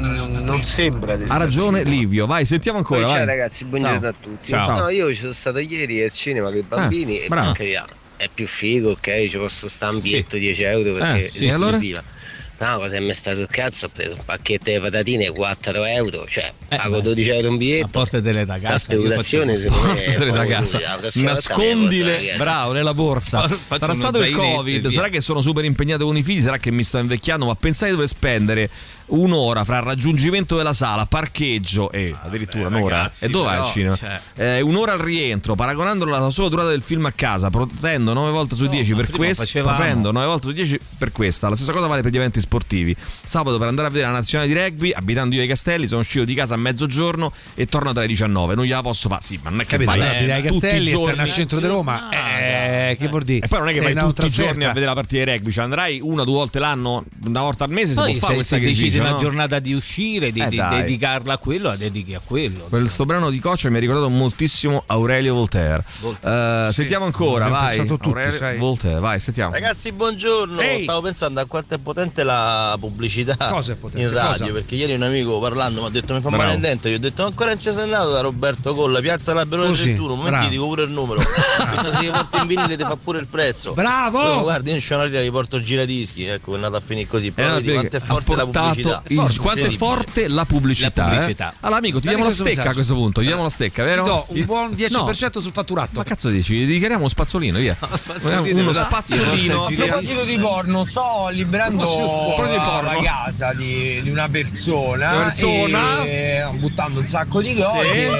non sembra. Ha ragione Livio. Vai, sentiamo ancora. Poi, vai. ciao ragazzi, buongiorno Ciao. a tutti. Ciao. No, io ci sono stato ieri al cinema con i bambini Ah, e bravo. perché è più figo, ok, ci posso stare un biglietto Sì. dieci euro perché Eh, sì, e allora? esclusiva. No, cosa è mi stato il cazzo? Ho preso un pacchetto di patatine quattro euro, cioè Eh, pago dodici euro un biglietto. Portatele da casa. Io Speculazione secondo me è Portatele da poco casa. utile. La prossima volta Nascondile, me ne porto, bravo, nella borsa. Faccio Sarà uno stato il zainetto e Covid, via. sarà che sono super impegnato con i figli, sarà che mi sto invecchiando, ma pensate di dover spendere un'ora fra il raggiungimento della sala, parcheggio e addirittura beh, un'ora. ragazzi, E dove vai però, al cinema? cioè- Eh, un'ora al rientro, paragondolo alla sola durata del film a casa, protendo nove volte su dieci per prima questo, facevamo. propendo nove volte su dieci per questa. La stessa cosa vale per gli eventi sportivi. Sabato per andare a vedere la nazionale di rugby, abitando io ai Castelli, sono uscito di casa a mezzogiorno e torno alle diciannove. Non gliela posso fare. Sì, ma non è che capito? vai Eh, ai tutti i Castelli e giorni stanno al centro di Roma. Eh, che vuol dire? e poi non è che Sei vai una tutti i giorni trasferta. a vedere la partita di rugby, cioè andrai una o due volte l'anno, una volta al mese, Poi si può se, fare questa se decidi una no? giornata di uscire, di, Eh, di dai. dedicarla a quello, la dedichi a quello. Questo brano di Coccia mi ha ricordato moltissimo Aurelio Voltaire. Voltaire. Eh, sentiamo ancora, Abbiamo vai. pensato tutti, Aurelio sai. Voltaire, vai, sentiamo. Ragazzi, buongiorno. Ehi. Stavo pensando a quanto è potente la pubblicità Cosa è potente? in radio. Cosa? Perché ieri un amico parlando mi ha detto mi fa Bravo. male il dente. Io ho detto ancora non ci sei andato da Roberto Colla, piazza Labbrone Così, trentuno. Un momento bravo. ti dico pure il numero. Questa se gli porti in vinile ti fa pure il prezzo. Bravo! No, guardi, io c'ho una lira, gli porto giradischi. Ecco, è andata a finire così. Eh, Però vedi perché quanto è ha forte la portato pubblicità. il- Forte, quanto è incredibile. forte la pubblicità, La pubblicità. eh? Allora amico, ti Dai diamo la questo stecca messaggio. a questo punto, gli diamo la stecca, vero? Ti do un buon dieci per No. cento sul fatturato. Ma cazzo dici? Gli dedichiamo uno spazzolino, via. spazzolino, Uno dai. spazzolino. A proposito di porno, sto librando Proprio di porno. la casa di, di una persona, Una persona? e buttando un sacco di cose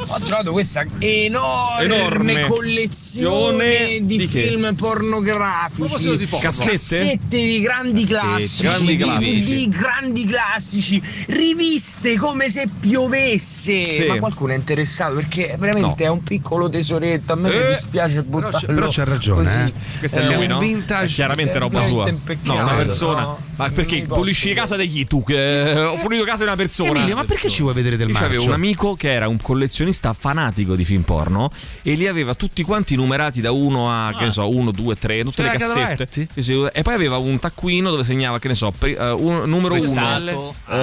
ho trovato questa enorme, Enorme. collezione di, di che? film pornografici, di porno? cassette di grandi classici, grandi D V D classici. grandi classici, riviste come se piovesse. Sì. Ma qualcuno è interessato? Perché veramente è un piccolo tesoretto. A me Eh, mi dispiace Però c'è, buttarlo. però c'è ragione, così. eh. Questo è lui, un no? vintage. È chiaramente roba veramente sua. un peccato, No, una persona. no? Ma perché pulisci casa di chi tu? Che- Ho pulito casa di una persona. Emilio, ma perché ci vuoi vedere del Io marcio? avevo un amico che era un collezionista fanatico di film porno e li aveva tutti quanti numerati da uno a, che ne so, uno, due, tre, tutte C'era le cassette. Cadavetti? Sì, sì, e poi aveva un taccuino dove segnava, che ne so, pri- eh, un- numero Quest'anno. uno.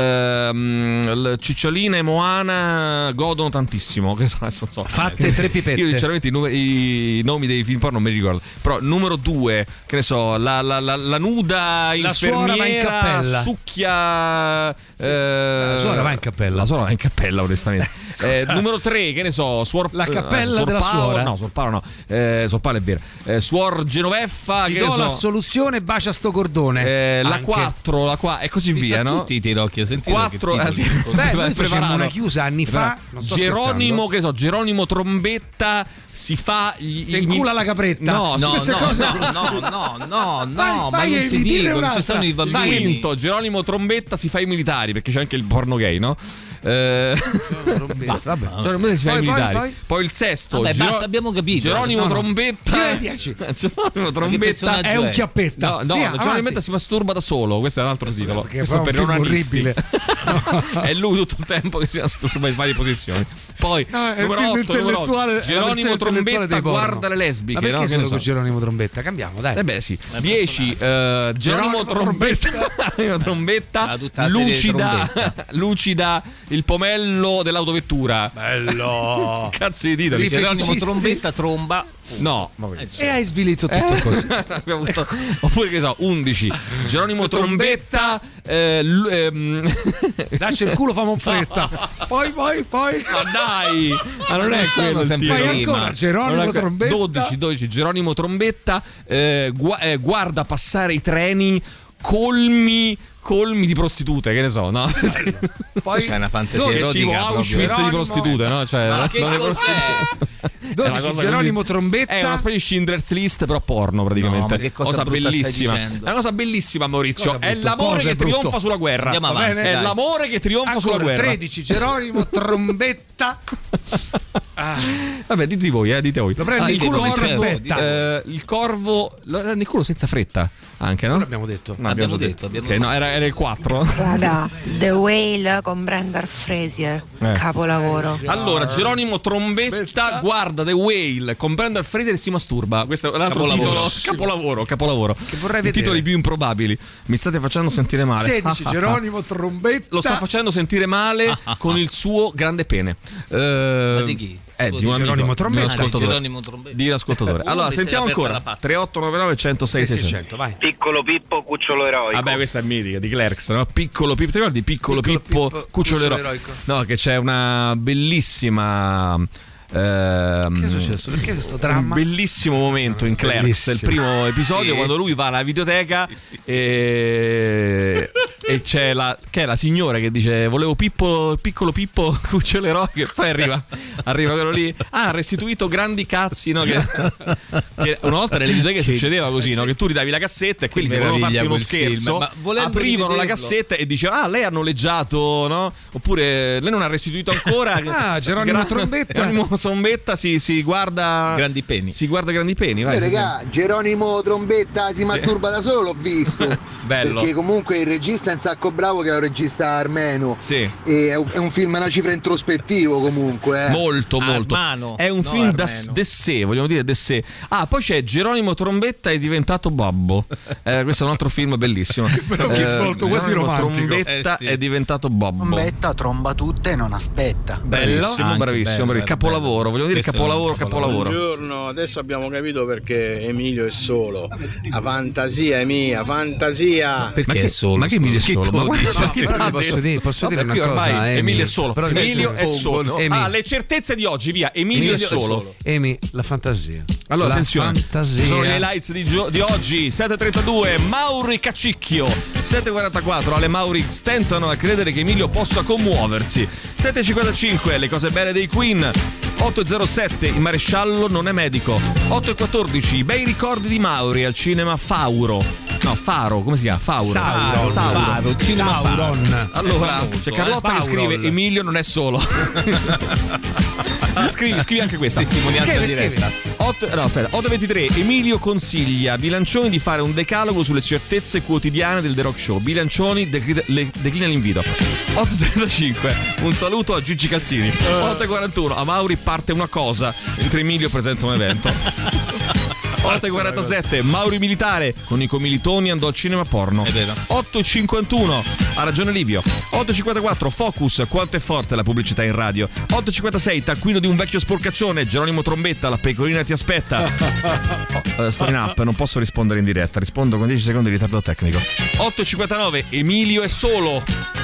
ehm, l- Ciccioline e Moana godono tantissimo. Che so, adesso non so. Fatte tre pipette. Io sinceramente i, nume- i nomi dei film porno non me li ricordo. Però numero due, che ne so, la, la, la, la nuda La suora va in infermiera cappella. succhia. eh, La suora va in cappella. La suora va in cappella, onestamente. Eh, numero tre, che ne so, Suor La cappella eh, Suor della Paolo- suora. No, Suor Paolo no. Eh, Suor Paolo è vero. Eh, Suor Genoveffa, Ti che do ne so. l'assoluzione, bacia sto cordone. Eh, la Anche. quattro, la qua e così Li via, sa no? tutti i tirocchi, sentito quattro, che eh, sì. titoli. Beh, noi facemmo Preparato. una chiusa anni fa. Non sto Geronimo, scherzando. che so, Geronimo Trombetta si fa gli, Te incula la capretta. No, No, queste no, cose no, no, no, no, Vai, no, ma vai non a si dire dicono, un'altra. ci stanno i Vai, bambini. Quinto, Geronimo Trombetta si fa i militari, perché c'è anche il porno gay, no? Eh, Vabbè. Geronimo Trombetta si fa Poi, i poi, militari. poi? Poi il sesto, Vabbè, Gero- basta, abbiamo capito. Geronimo No, no. Trombetta. Chiudi dieci. Geronimo Trombetta personaggio È un è? chiappetta. No, no, Via, Geronimo avanti. Trombetta si masturba da solo. Questo è un altro titolo. Perché Questo poi è per un non film anisti. orribile. È lui tutto il tempo che si masturba in varie posizioni. Poi No, è il numero film otto, numero intellettuale, otto, è la Geronimo versione intellettuale Trombetta dei porno. guarda le lesbiche. Ma perché no? Che solo ne con so. Geronimo Trombetta? Cambiamo, dai. Eh beh sì, dieci eh, Geronimo Geronimo Trombetta, Geronimo Trombetta Ah, tutta la serie lucida, Trombetta. lucida il pomello dell'autovettura. Bello. Cazzo di titoli. Rife- Geronimo feticisti. Trombetta tromba. No, E hai svilito tutto Eh, così. abbiamo avuto- oppure che so, undici Geronimo Trombetta eh, l- ehm, Dacci il culo, famo in fretta. Poi, poi, poi. ma dai, ma non è quello il sempre titolo. Poi prima. ancora Geronimo Non è que- Trombetta. dodici, dodici Geronimo Trombetta eh, gua- eh, guarda passare i treni colmi colmi di prostitute, che ne so, no? Poi C'è una fantasia Che erotica tipo proprio. Auschwitz di Geronimo- prostitute, no? Cioè, Ma che non è cos'è? È una dodici cosa Geronimo così- Trombetta. È una specie di Schindler's List, però porno praticamente. No, ma che cosa brutta stai bellissima. dicendo? È una cosa bellissima, Maurizio. Cosa è brutto? l'amore Cosa che è brutto? trionfa sulla guerra. Andiamo Va avanti, bene? È dai. l'amore che trionfa sulla Ancora guerra. tredici Geronimo Trombetta. Ah, Vabbè, dite voi, eh, dite voi. lo prendi Ah, in il culo mentre corvo, aspetta. Eh, il corvo lo prendi in culo senza fretta, anche, no? Non l'abbiamo detto. No, Abbiamo già detto, abbiamo Ok, no, era, era il quattro. Raga, The Whale con Brendan Fraser, Eh. capolavoro. Allora, Geronimo Trombetta guarda The Whale con Brendan Fraser e si masturba. Questo è un altro Capolavoro. titolo. Capolavoro, capolavoro. Che vorrei I vedere. titoli più improbabili. Mi state facendo sentire male. sedici Geronimo Trombetta. Lo sto facendo sentire male con il suo grande pene. Eh, Ma di chi? Eh, di un amico, Geronimo di un Trombetta. ascoltatore. Geronimo Trombetta. Di un ascoltatore. Uno Allora, che si è sentiamo aperta ancora. la patta. tre otto nove nove uno zero sei Sì, sei seicento, vai. Piccolo Pippo, cucciolo eroico. Vabbè, questa è mitica di Clerks, no? Piccolo Pippo, ti ricordi? Piccolo, Piccolo Pippo, Pippo, cucciolo cucciolo eroico. eroico. No, che c'è una bellissima. ehm, Che è successo? Perché questo dramma? Un bellissimo momento in Clerks, Bellissimo. il primo episodio, Sì. quando lui va alla videoteca e, e c'è la, che è la signora che dice volevo Pippo, piccolo Pippo cucciolo eroico, e poi arriva, arriva quello lì, ah, ha restituito grandi cazzi, no? Che, che una volta nelle videoteche succedeva così, no? Che tu ridavi la cassetta e quelli se volevano farti meraviglia uno quel film, scherzo ma volendo aprivano la rivederlo. cassetta e dicevano ah, lei ha noleggiato, no? Oppure lei non ha restituito ancora. Ah, Geronimo Trombetta. Geronimo Trombetta si, si guarda Grandi peni. si guarda grandi peni, vai. Eh, regà, Geronimo Trombetta si masturba da solo, l'ho visto. Bello. Perché comunque il regista è un sacco bravo, che è un regista armeno. Sì. E è un, è un film a una cifra introspettivo comunque. Eh. Molto, molto. Armano, è un no, film da armeno. de sé, vogliamo dire de sé. Ah, poi c'è Geronimo Trombetta è diventato babbo. Eh, questo è un altro film bellissimo. Però che svolto quasi Geronimo romantico. Trombetta Eh, sì. è diventato babbo. Trombetta tromba tutte e non aspetta. Bellissimo, Anche bravissimo, bello, bravissimo. Capolavoro, bello. vogliamo dire Questo è un capolavoro, capolavoro. capolavoro. Buongiorno, adesso abbiamo capito perché Emilio è solo. La fantasia è mia, fantasia fantasia. Perché ma che, è solo? Ma che Emilio è solo? Ma guarda, No, che però posso dire, posso dire Vabbè, una qui ormai cosa, Emi. Emilio è solo. Però Emilio è adesso solo. Emi. Ah, le certezze di oggi, via. Emilio, Emilio è solo. Emi, la fantasia. Allora, la attenzione, fantasia. ci sono gli highlights di, gio- di oggi. Sette e trentadue, Mauri Cacicchio. Sette e quarantaquattro, Ale Mauri stentano a credere che Emilio possa commuoversi. Sette e cinquantacinque, le cose belle dei Queen. otto e zero sette, il maresciallo non è medico. otto e quattordici, bei ricordi di Mauri al cinema Fauro. No, Faro, come si chiama? Fauro. Sauron. Fauro. Faro, cinema Sauron. Allora, Famoso, c'è Carlotta eh? che scrive Faurol. Emilio non è solo. scrivi, scrivi anche questa. Testimonianza Che- diretta. otto, no, aspetta, otto e ventitré, Emilio consiglia Bilancioni di fare un decalogo sulle certezze quotidiane del The Rock Show. Bilancioni declina, le- declina l'invito. otto e trentacinque, un saluto a Gigi Calzini. otto e quarantuno, a Mauri parte una cosa, mentre Emilio presenta un evento. otto e quarantasette, Mauri militare, con i comilitoni andò al cinema porno. È vero. otto e cinquantuno, ha ragione Livio. otto e cinquantaquattro, Focus, quanto è forte la pubblicità in radio. otto e cinquantasei, taccuino di un vecchio sporcaccione, Geronimo Trombetta, la pecorina ti aspetta. Oh, eh, sto in app, non posso rispondere in diretta, rispondo con dieci secondi di ritardo tecnico. otto e cinquantanove, Emilio è solo.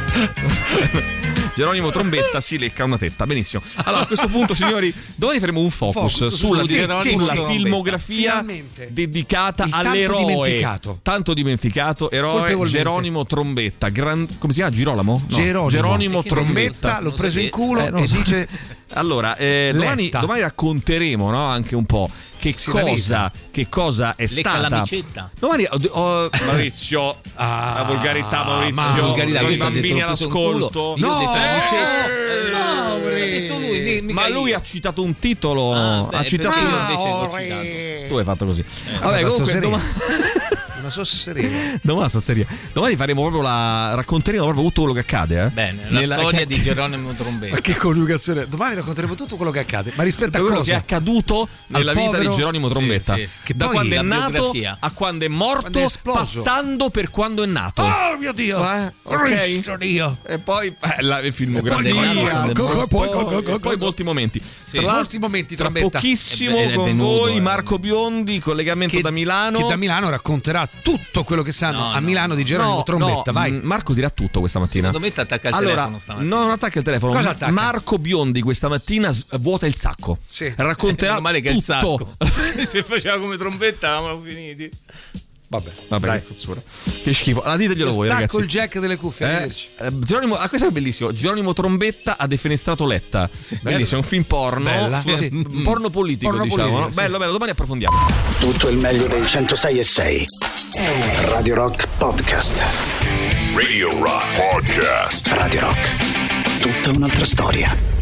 Geronimo Trombetta si lecca una tetta. Benissimo. Allora, a questo punto, signori, domani faremo un focus, Focus sulla, su Geronimo sulla Trombetta. filmografia Finalmente. dedicata Il tanto all'eroe. dimenticato. Tanto dimenticato eroe Colpevolmente. Geronimo Trombetta. Gran, come si chiama? Girolamo? No. Geronimo. Geronimo Perché non Trombetta. lo L'ho preso in sapete? culo Eh, non e so. dice Allora, eh, domani, Letta. domani racconteremo, no, anche un po' che Sì, la cosa, che cosa è Lecca stata. l'amicetta. Domani oh, oh, Maurizio, Ah, la volgarità Maurizio, ma volgarità, con i questo ha bambini detto tutto in all'ascolto. culo. Io ho detto l'amicetta. Eh, Mauri. L'ha detto lui, mi- mica ma lui io. ha citato un titolo, Ah, beh, ha citato perché io un... invece l'ho citato. Tu hai fatto così. Vabbè, Vabbè, comunque sereno. domani una sosserena. domani, sto seria. Domani faremo proprio la racconteremo proprio tutto quello che accade, eh. Bene, la Nella- storia che- di Geronimo Trombetta. Ma che coniugazione. Domani racconteremo tutto quello che accade. Ma rispetto a quello cosa? che è accaduto nella vita povero- di Geronimo Trombetta, Sì, sì. Che da poi quando è la nato biografia. a quando è morto, Quando è esploso. passando per quando è nato. Oh mio Dio! Eh, ok. Cristo Dio! E poi eh, la filmografia, poi via. e Co- co- poi- co- co- poi, co- poi co- molti momenti. Sì. Tra l'altro, Molti momenti, tra Trombetta. pochissimo È- è con venuto, voi eh. Marco Biondi, collegamento Che, da Milano. che da Milano racconterà tutto quello che sanno No, a no, Milano di Geronimo No, Trombetta. no, Vai. m- Marco dirà tutto questa mattina. Secondo me ti attacca il allora, telefono stamattina. no, non attacca il telefono. Cosa attacca? Marco Biondi questa mattina s- vuota il sacco. Sì. Racconterà Meno male che è il tutto. sacco. Se faceva come Trombetta avevamo finiti. Vabbè. Vabbè, Dai. che stazzura. Che schifo. Allora, diteglielo voi, Stacco ragazzi. il jack delle cuffie. Eh, arrivederci. eh, Geronimo, ah, questo è bellissimo. Geronimo Trombetta ha defenestrato Letta. Bellissimo, è un film porno. Bella. Scusa, Sì. un porno politico, Porno diciamo. politico, no? sì. Bello, bello, domani approfondiamo. Tutto il meglio dei centosei e sei. Radio Rock Podcast. Radio Rock Podcast. Radio Rock. Tutta un'altra storia.